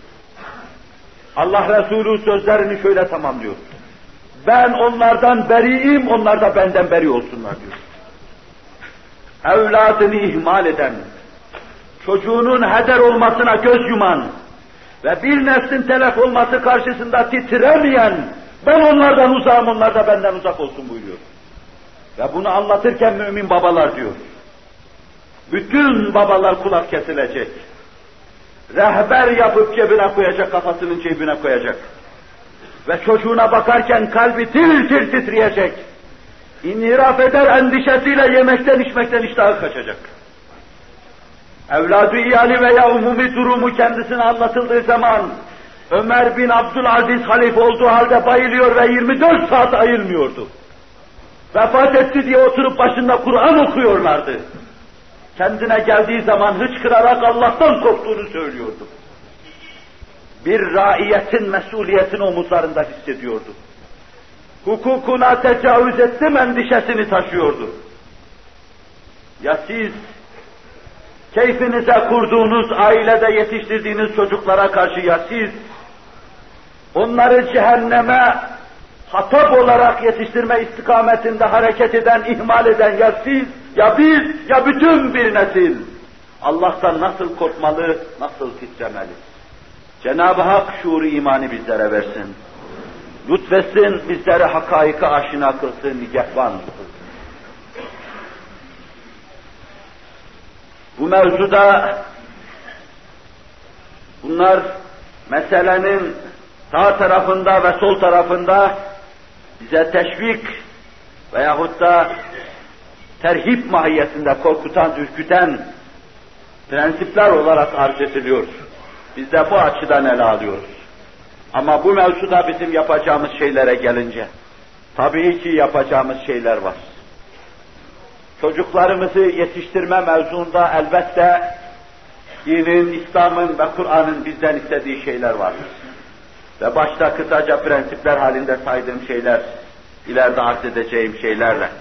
Allah Resulü sözlerini şöyle tamamlıyor. Ben onlardan beriyim, onlar da benden beri olsunlar diyor. Evladını ihmal eden, çocuğunun heder olmasına göz yuman ve bir neslin telef olması karşısında titremeyen, ben onlardan uzağım, onlar da benden uzak olsun buyuruyor. Ve bunu anlatırken mümin babalar diyor. Bütün babalar kulak kesilecek. Rehber yapıp cebine koyacak, kafasının cebine koyacak. Ve çocuğuna bakarken kalbi tir tir titreyecek. İnhiraf eder endişesiyle yemekten içmekten iştahı kaçacak. Evladı iyali veya umumi durumu kendisine anlatıldığı zaman Ömer bin Abdülaziz halife olduğu halde bayılıyor ve yirmi dört saat ayılmıyordu. Vefat etti diye oturup başında Kur'an okuyorlardı. Kendine geldiği zaman hıçkırarak Allah'tan korktuğunu söylüyordu. Bir raiyetin mesuliyetini omuzlarında hissediyordu. Hukukuna tecavüz ettim endişesini taşıyordu. Ya siz, keyfinize kurduğunuz, ailede yetiştirdiğiniz çocuklara karşı ya siz, onları cehenneme hatap olarak yetiştirme istikametinde hareket eden, ihmal eden ya siz, ya biz, ya bütün bir nesil, Allah'tan nasıl korkmalı, nasıl titremeli? Cenab-ı Hak şuur-u imanı bizlere versin. Lütfetsin, bizlere hakaika aşina kılsın, nigahban kılsın. Bu mevzuda bunlar meselenin sağ tarafında ve sol tarafında bize teşvik veyahut da terhip mahiyetinde korkutan, ürküten prensipler olarak arz ediliyor. Biz de bu açıdan ele alıyoruz. Ama bu mevzuda bizim yapacağımız şeylere gelince, tabii ki yapacağımız şeyler var. Çocuklarımızı yetiştirme mevzuunda elbette dinin, İslam'ın ve Kur'an'ın bizden istediği şeyler vardır. Ve başta kısaca prensipler halinde saydığım şeyler, ileride arz edeceğim şeylerle.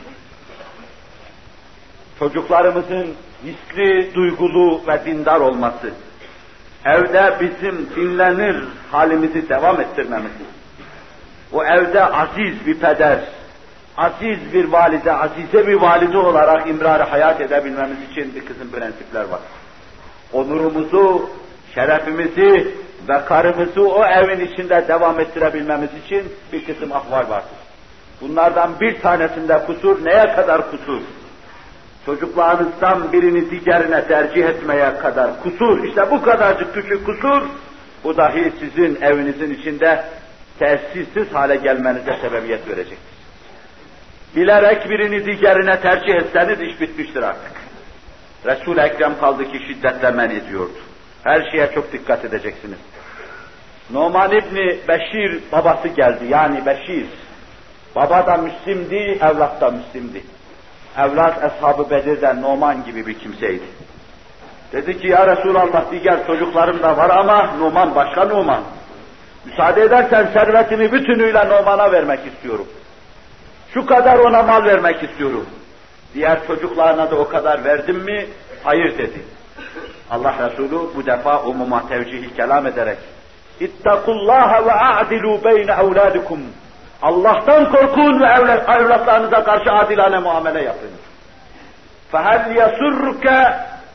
Çocuklarımızın hisli, duygulu ve dindar olması, evde bizim dinlenir halimizi devam ettirmemiz, o evde aziz bir peder, aziz bir valide, azize bir valide olarak imrar-ı hayat edebilmemiz için bir kısım prensipler var. Onurumuzu, şerefimizi ve karımızı o evin içinde devam ettirebilmemiz için bir kısım ahval vardır. Bunlardan bir tanesinde kusur, neye kadar kusur? Çocuklarınızdan birini diğerine tercih etmeye kadar kusur, işte bu kadarcık küçük kusur, bu dahi sizin evinizin içinde tesirsiz hale gelmenize sebebiyet verecektir. Bilerek birini diğerine tercih etseniz iş bitmiştir artık. Resul-i Ekrem kaldı ki şiddetle men ediyordu. Her şeye çok dikkat edeceksiniz. Numan İbni Beşir babası geldi, yani Beşir. Baba da Müslim'di, evlat da Müslim'di. Evlat Ashab-ı Bedir'den Numan gibi bir kimseydi. Dedi ki ya Resulallah diğer çocuklarım da var ama Numan başka Numan. Müsaade edersen servetimi bütünüyle Numan'a vermek istiyorum. Şu kadar ona mal vermek istiyorum. Diğer çocuklarına da o kadar verdim mi? Hayır dedi. Allah Resulü bu defa umuma tevcih-i kelam ederek İttakullaha ve a'dilu beyne evladikum. Allah'tan korkun ve evlatlarınıza karşı adilane muamele yapın. فَهَلْ يَسُرُّكَ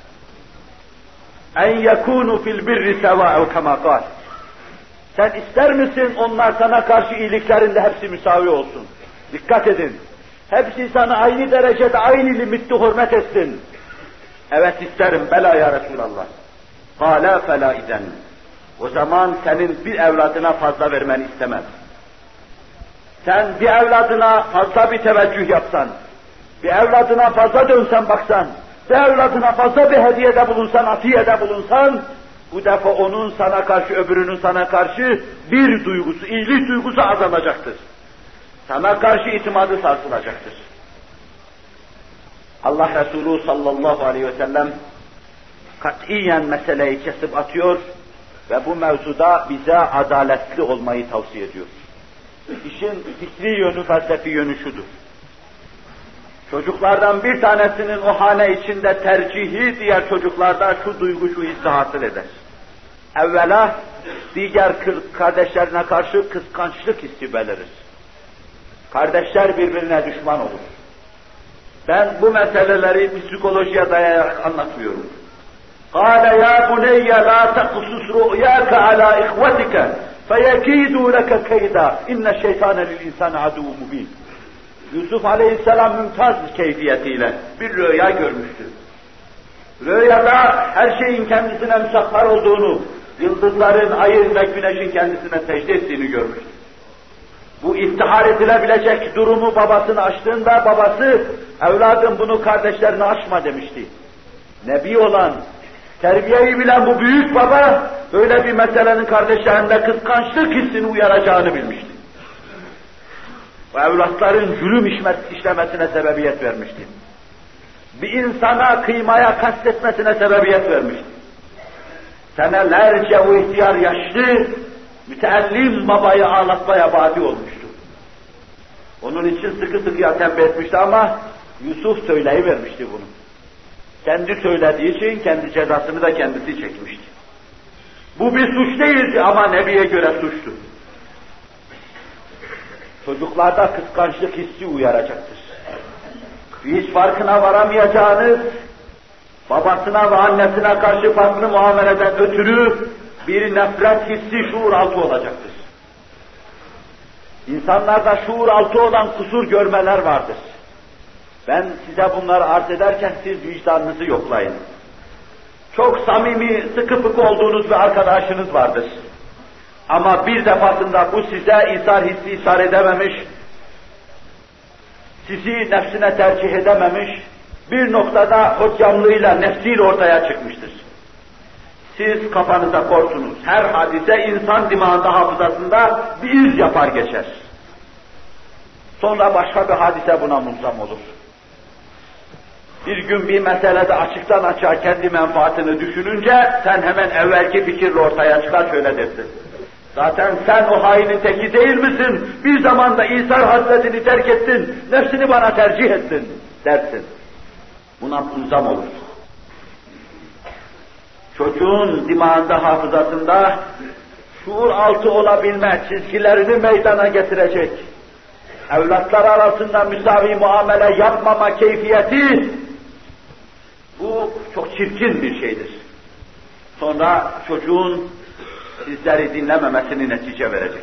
اَنْ يَكُونُوا فِي الْبِرِّ سَوَاءُ كَمَا قَالَ. Sen ister misin onlar sana karşı iyiliklerinde hepsi müsavi olsun? Dikkat edin. Hepsi sana aynı derecede, aynı limitte hürmet etsin. Evet isterim, bela ya Resulallah. قَالَا فَلَا اِذَنْ. O zaman senin bir evladına fazla vermeni istemez. Sen bir evladına fazla bir teveccüh yapsan, bir evladına fazla dönsen baksan, bir evladına fazla bir hediyede bulunsan, atiyede bulunsan, bu defa onun sana karşı, öbürünün sana karşı bir duygusu, iyilik duygusu azalacaktır. Sana karşı itimadı sarsılacaktır. Allah Resulü sallallahu aleyhi ve sellem katiyen meseleyi kesip atıyor ve bu mevzuda bize adaletli olmayı tavsiye ediyor. İşin fikri yönü, felsefi yönü şudur. Çocuklardan bir tanesinin o hane içinde tercihi diğer çocuklarda şu duygu, şu hissi hasıl eder. Evvela diğer kardeşlerine karşı kıskançlık hissi belirir. Kardeşler birbirine düşman olur. Ben bu meseleleri psikolojiye dayayarak anlatmıyorum. قَالَ يَا بُنَيَّ لَا تَقْصُصْ رُؤْيَاكَ عَلَى إِخْوَتِكَ فَيَكِيدُوا لَكَ كَيْدًا اِنَّ الشَّيْطَانَ لِلْاِنْسَانِ عَدُوٌ مُب۪ينٌ. Yusuf Aleyhisselam mümtaz keyfiyetiyle bir rüya görmüştü. Rüyada her şeyin kendisine müsahhar olduğunu, yıldızların, ayın ve güneşin kendisine secde ettiğini görmüştü. Bu iftihar edilebilecek durumu babasına açtığında babası, evladım bunu kardeşlerine açma demişti. Nebi olan, terbiyeyi bilen bu büyük baba, böyle bir meselenin kardeşlerinde kıskançlık hissini uyaracağını bilmişti. Bu evlatların cürüm işlemesine sebebiyet vermişti. Bir insana kıymaya kastetmesine sebebiyet vermişti. Senelerce o ihtiyar yaşlı, müteellim babayı ağlatmaya badi olmuştu. Onun için sıkı sıkıya tembih etmişti ama Yusuf söyleyivermişti bunu. Kendi söylediği için kendi cezasını da kendisi çekmişti. Bu bir suç değildi ama Nebi'ye göre suçtu. Çocuklarda kıskançlık hissi uyaracaktır. Hiç farkına varamayacağınız, babasına ve annesine karşı farklı muameleden ötürü bir nefret hissi şuur altı olacaktır. İnsanlarda şuur altı olan kusur görmeler vardır. Ben size bunları arz ederken siz vicdanınızı yoklayın. Çok samimi, sıkı fıkı olduğunuz bir arkadaşınız vardır. Ama bir defasında bu size izhar hissi izhar edememiş, sizi nefsine tercih edememiş, bir noktada hocamlığıyla, nefsiyle ortaya çıkmıştır. Siz kafanıza korktunuz. Her hadise insan dimağında, hafızasında bir iz yapar geçer. Sonra başka bir hadise buna mulzam olur. Bir gün bir meselede açıktan açığa kendi menfaatini düşününce sen hemen evvelki fikirle ortaya çıkar şöyle dersin. Zaten sen o hainin teki değil misin? Bir zamanda İsa hasretini terk ettin, nefsini bana tercih ettin dersin. Buna mulzam olur. Çocuğun dimağında, hafızasında şuur altı olabilme çizgilerini meydana getirecek, evlatlar arasında müsavi muamele yapmama keyfiyeti, bu çok çirkin bir şeydir. Sonra çocuğun sizleri dinlememesini netice verecek.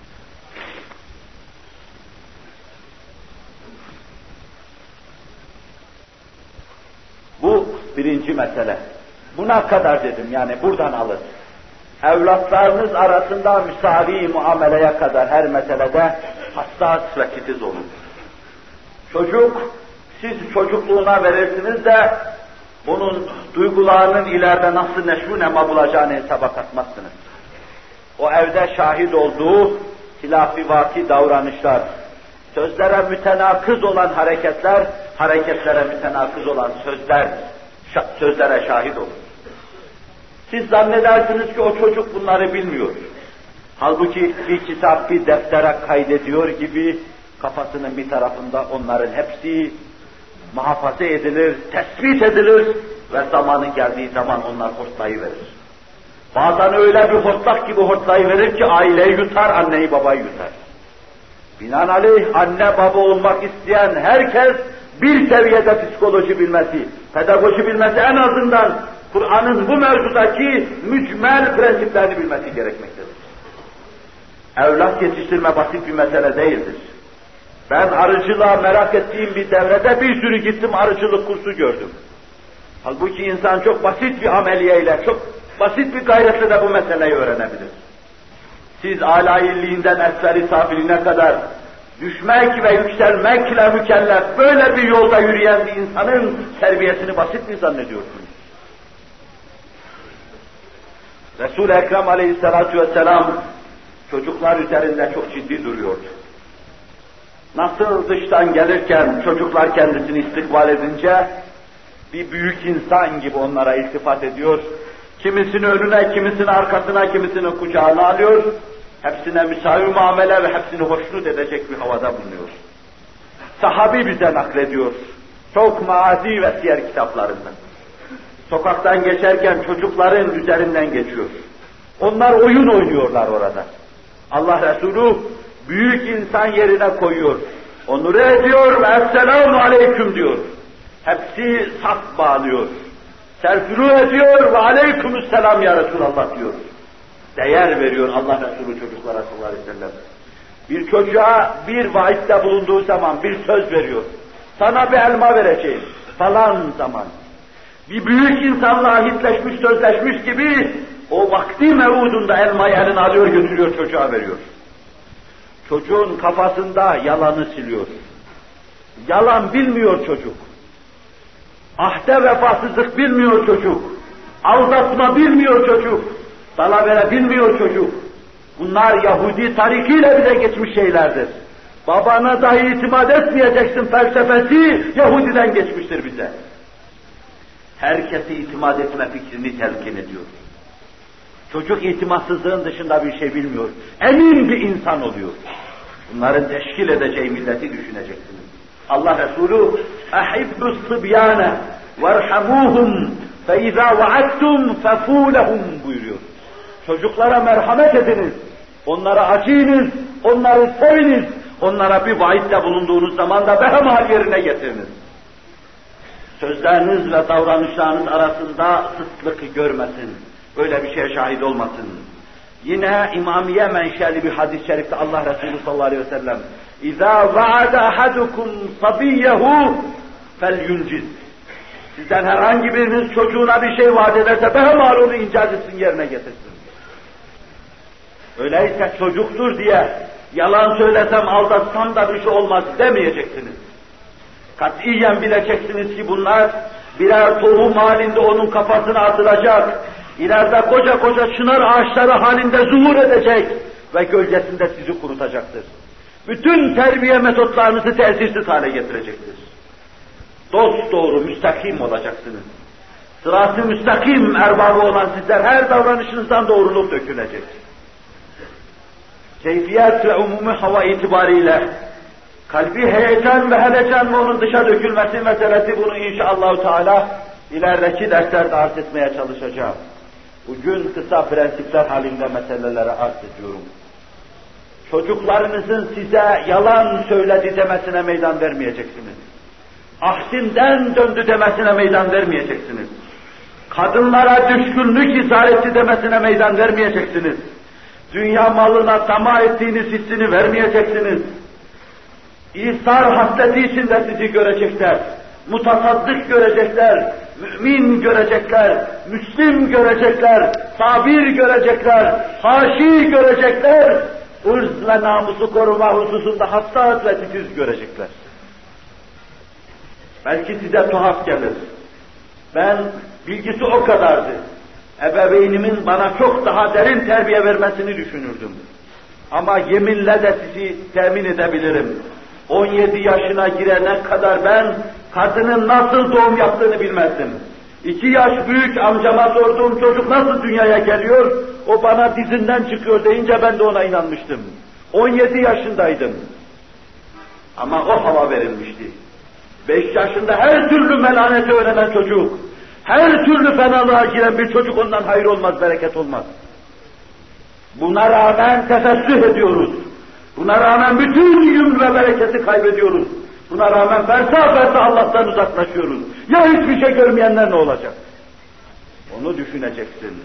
Bu birinci mesele. Buna kadar dedim, yani buradan alın. Evlatlarınız arasında müsavi muameleye kadar her meselede hassas ve titiz olun. Çocuk, siz çocukluğuna verirsiniz de onun duygularının ileride nasıl neşru nema bulacağını hesaba katmazsınız. O evde şahit olduğu hilaf-ı vaki davranışlar, sözlere mütenakız olan hareketler, hareketlere mütenakız olan sözler, sözlere şahit olun. Siz zannedersiniz ki o çocuk bunları bilmiyor. Halbuki bir kitap, bir deftere kaydediyor gibi kafasının bir tarafında onların hepsi muhafaza edilir, tespit edilir ve zamanı geldiği zaman onlar hortlayıverir. Bazen öyle bir hortlak gibi hortlayıverir ki aileyi yutar, anneyi babayı yutar. Binaenaleyh anne baba olmak isteyen herkes bir seviyede psikoloji bilmesi, pedagoji bilmesi, en azından Kur'an'ın bu mevzudaki mücmel prensiplerini bilmesi gerekmektedir. Evlat yetiştirme basit bir mesele değildir. Ben arıcılığa merak ettiğim bir devrede bir sürü gittim, arıcılık kursu gördüm. Halbuki insan çok basit bir ameliyeyle, çok basit bir gayretle de bu meseleyi öğrenebilir. Siz âlâ-illiğinden esfel-i safiline kadar düşmek ve yükselmekle mükellef böyle bir yolda yürüyen bir insanın terbiyesini basit mi zannediyorsunuz? Resul-i Ekrem aleyhissalatu vesselam çocuklar üzerinde çok ciddi duruyordu. Nasıl dıştan gelirken çocuklar kendisini istikbal edince bir büyük insan gibi onlara iltifat ediyor, kimisini önüne, kimisini arkasına, kimisini kucağına alıyor, hepsine müsavi muamele ve hepsini hoşnut edecek bir havada bulunuyor. Sahabi bize naklediyor, çok maazi ve siyer kitaplarında. Sokaktan geçerken çocukların üzerinden geçiyor. Onlar oyun oynuyorlar orada. Allah Resulü büyük insan yerine koyuyor. Onuru ediyor ve esselamu aleyküm diyor. Hepsi saf bağlıyor. Serfuru ediyor ve aleykümüsselam ya Resulallah diyor. Değer veriyor Allah Resulü çocuklara sallallahu aleyhi ve sellem. Bir çocuğa bir vaitte bulunduğu zaman bir söz veriyor. Sana bir elma vereceğim falan zaman. Bir büyük insanla ahitleşmiş, sözleşmiş gibi o vakti mevudunda elmayı eline alıyor, götürüyor, çocuğa veriyor. Çocuğun kafasında yalanı siliyor. Yalan bilmiyor çocuk. Ahde vefasızlık bilmiyor çocuk. Aldatma bilmiyor çocuk. Dalavere bilmiyor çocuk. Bunlar Yahudi tarikiyle bile geçmiş şeylerdir. Babana dahi itimat etmeyeceksin felsefesi Yahudiden geçmiştir bize. Herkese itimat etme fikrini telkin ediyor. Çocuk itimatsızlığın dışında bir şey bilmiyor. Emin bir insan oluyor. Bunların teşkil edeceği milleti düşüneceksiniz. Allah Resulü اَحِبُّ الصِّبْيَانَ وَارْحَمُوهُمْ فَاِذَا وَعَدْتُمْ فَفُوا لَهُمْ buyuruyor. Çocuklara merhamet ediniz, onlara acıyınız, onları seviniz, onlara bir vaitte bulunduğunuz zaman da behemhal yerine getiriniz. Sözleriniz ve davranışlarınız arasında sıtlık görmesin, öyle bir şeye şahit olmasın. Yine İmamiye menşeli bir hadis-i şerifte Allah Resulü sallallahu aleyhi ve sellem اِذَا وَعَدَ أَحَدُكُمْ صَبِيَّهُ فَلْيُنْجِزْ Sizden herhangi biriniz çocuğuna bir şey vaat ederse behemhal onu incaz etsin, yerine getirsin. Öyleyse çocuktur diye yalan söylesem, aldatsam da bir şey olmaz demeyeceksiniz. Katiyen bileceksiniz ki bunlar birer tohum halinde onun kafasına atılacak, ileride koca koca çınar ağaçları halinde zuhur edecek ve gölgesinde sizi kurutacaktır. Bütün terbiye metotlarınızı tesirsiz hale getirecektir. Dost doğru, müstakim olacaksınız. Sırat-ı müstakim erbabı olan sizler her davranışınızdan doğruluk dökülecek. Keyfiyet ve umumi hava itibariyle kalbi heyecan ve helecan ve onun dışa dökülmesi meselesi, bunu inşallah Teala ilerideki derslerde arz etmeye çalışacağım. Bugün kısa prensipler halinde meseleleri arz ediyorum. Çocuklarınızın size yalan söyledi demesine meydan vermeyeceksiniz. Ahdinden döndü demesine meydan vermeyeceksiniz. Kadınlara düşkünlük izhar etti demesine meydan vermeyeceksiniz. Dünya malına tamah ettiğiniz hissini vermeyeceksiniz. İsar hasreti içinde sizi görecekler. Mutasaddık görecekler, mümin görecekler, müslim görecekler, sabir görecekler, haşi görecekler, ırz ve namusu koruma hususunda hassas ve titiz görecekler. Belki size tuhaf gelir. Ben, bilgisi o kadardı. Ebeveynimin bana çok daha derin terbiye vermesini düşünürdüm. Ama yeminle de sizi temin edebilirim. on yedi yaşına girene kadar ben kadının nasıl doğum yaptığını bilmezdim. İki yaş büyük amcama sorduğum çocuk nasıl dünyaya geliyor, o bana dizinden çıkıyor deyince ben de ona inanmıştım. on yedi yaşındaydım. Ama o hava verilmişti. beş yaşında her türlü melaneti öğrenen çocuk, her türlü fenalığa giren bir çocuk ondan hayır olmaz, bereket olmaz. Buna rağmen tefessüh ediyoruz. Buna rağmen bütün yüm ve bereketi kaybediyoruz. Buna rağmen fersa fersa Allah'tan uzaklaşıyoruz. Ya hiçbir şey görmeyenler ne olacak? Onu düşüneceksin.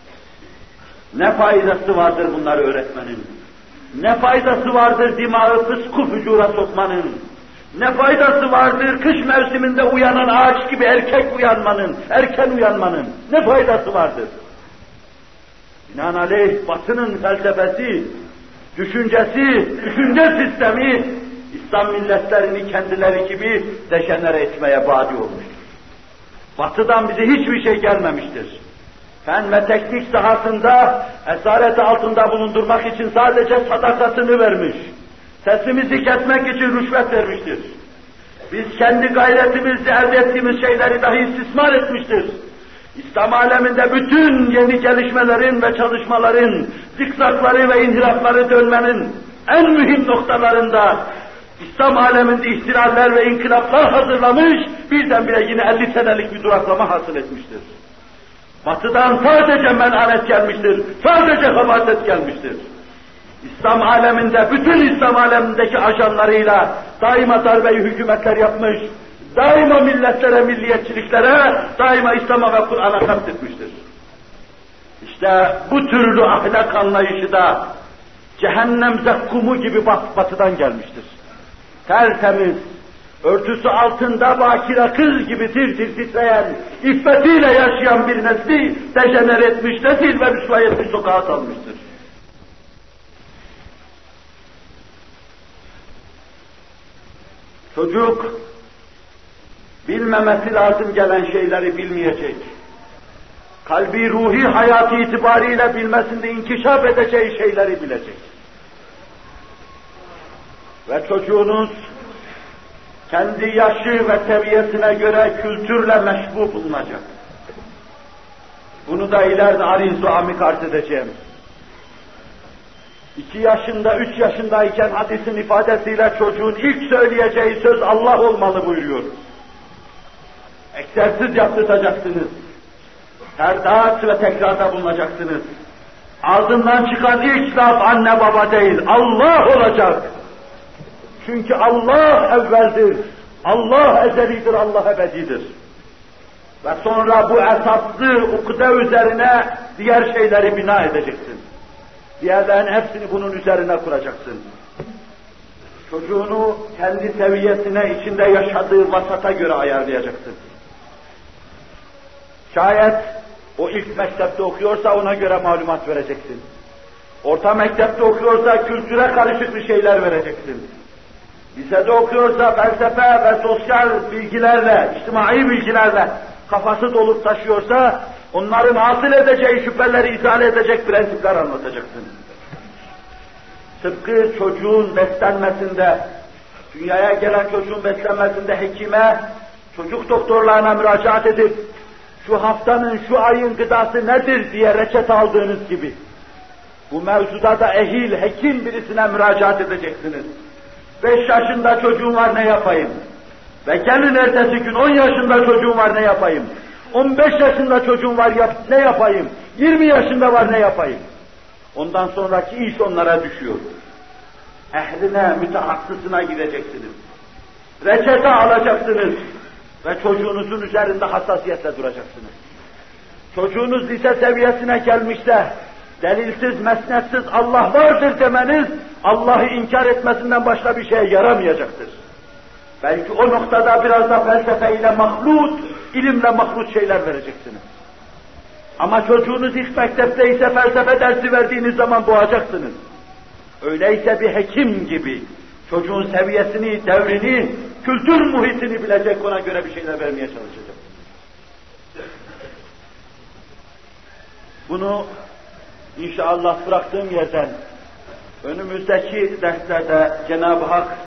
Ne faydası vardır bunları öğretmenin? Ne faydası vardır dimağı fısku fücura sokmanın? Ne faydası vardır kış mevsiminde uyanan ağaç gibi erkek uyanmanın, erken uyanmanın? Ne faydası vardır? Binaenaleyh Batı'nın felsefesi, düşüncesi, düşünce sistemi, İslam milletlerini kendileri gibi dejenere etmeye badi olmuştur. Batı'dan bize hiçbir şey gelmemiştir. Fen ve teknik sahasında esareti altında bulundurmak için sadece sadakasını vermiş. Sesimizi kesmek için rüşvet vermiştir. Biz kendi gayretimizle elde ettiğimiz şeyleri dahi istismar etmiştir. İslam aleminde bütün yeni gelişmelerin ve çalışmaların, zikzakları ve inhirafları dönmenin en mühim noktalarında İslam aleminde ihtilaller ve inkılaplar hazırlamış, birdenbire yine elli senelik bir duraklama hasıl etmiştir. Batı'dan sadece menanet gelmiştir, sadece habaset gelmiştir. İslam aleminde, bütün İslam alemindeki ajanlarıyla daima darbeyi hükümetler yapmış, daima milletlere, milliyetçiliklere, daima İslam'a ve Kur'an'a kastetmiştir. İşte bu türlü ahlak anlayışı da cehennem zakkumu gibi bat, batıdan gelmiştir. Tertemiz, örtüsü altında bakire kız gibi tir tir titreyen, iffetiyle yaşayan bir nesli dejener etmiş, nesil ve rüsva etmiş, sokağa salmıştır. Çocuk, bilmemesi lazım gelen şeyleri bilmeyecek. Kalbi, ruhi hayatı itibariyle bilmesinde inkişaf edeceği şeyleri bilecek. Ve çocuğunuz kendi yaşı ve seviyesine göre kültürle meşbu bulunacak. Bunu da ileride ariz-u amik arz edeceğim. İki yaşında, üç yaşındayken hadisin ifadesiyle çocuğun ilk söyleyeceği söz Allah olmalı buyuruyor. Egzersiz yaptıracaksınız. Terdat ve tekrarda bulunacaksınız. Ağzından çıkan ilk laf anne baba değil, Allah olacak. Çünkü Allah evveldir, Allah ezelidir, Allah ebedidir. Ve sonra bu esaslı ukde üzerine diğer şeyleri bina edeceksin. Diğerlerin hepsini bunun üzerine kuracaksın. Çocuğunu kendi seviyesine, içinde yaşadığı vasata göre ayarlayacaksın. Şayet o ilk mektepte okuyorsa ona göre malumat vereceksin. Orta mektepte okuyorsa kültüre karışık bir şeyler vereceksin. Lisede okuyorsa felsefe ve sosyal bilgilerle, içtimai bilgilerle kafası dolup taşıyorsa onların hasıl edeceği şüpheleri izale edecek prensipler anlatacaksın. Tıpkı çocuğun beslenmesinde, dünyaya gelen çocuğun beslenmesinde hekime, çocuk doktorlarına müracaat edip şu haftanın, şu ayın gıdası nedir diye reçete aldığınız gibi bu mevzuda da ehil, hekim birisine müracaat edeceksiniz. Beş yaşında çocuğum var ne yapayım? Ve gelin ertesi gün on yaşında çocuğum var ne yapayım? On beş yaşında çocuğum var yap, ne yapayım? yirmi yaşında var, ne yapayım? Ondan sonraki iş onlara düşüyor. Ehline, mütehassısına gideceksiniz. Reçete alacaksınız ve çocuğunuzun üzerinde hassasiyetle duracaksınız. Çocuğunuz lise seviyesine gelmişse, delilsiz, mesnetsiz Allah vardır demeniz, Allah'ı inkar etmesinden başka bir şeye yaramayacaktır. Belki o noktada biraz da felsefeyle mahlut, ilimle mahlut şeyler vereceksiniz. Ama çocuğunuz ilk mektepte ise felsefe dersi verdiğiniz zaman boğacaksınız. Öyleyse bir hekim gibi çocuğun seviyesini, devrini, kültür muhitini bilecek, ona göre bir şeyler vermeye çalışacak. Bunu inşallah bıraktığım yerden önümüzdeki derslerde Cenab-ı Hak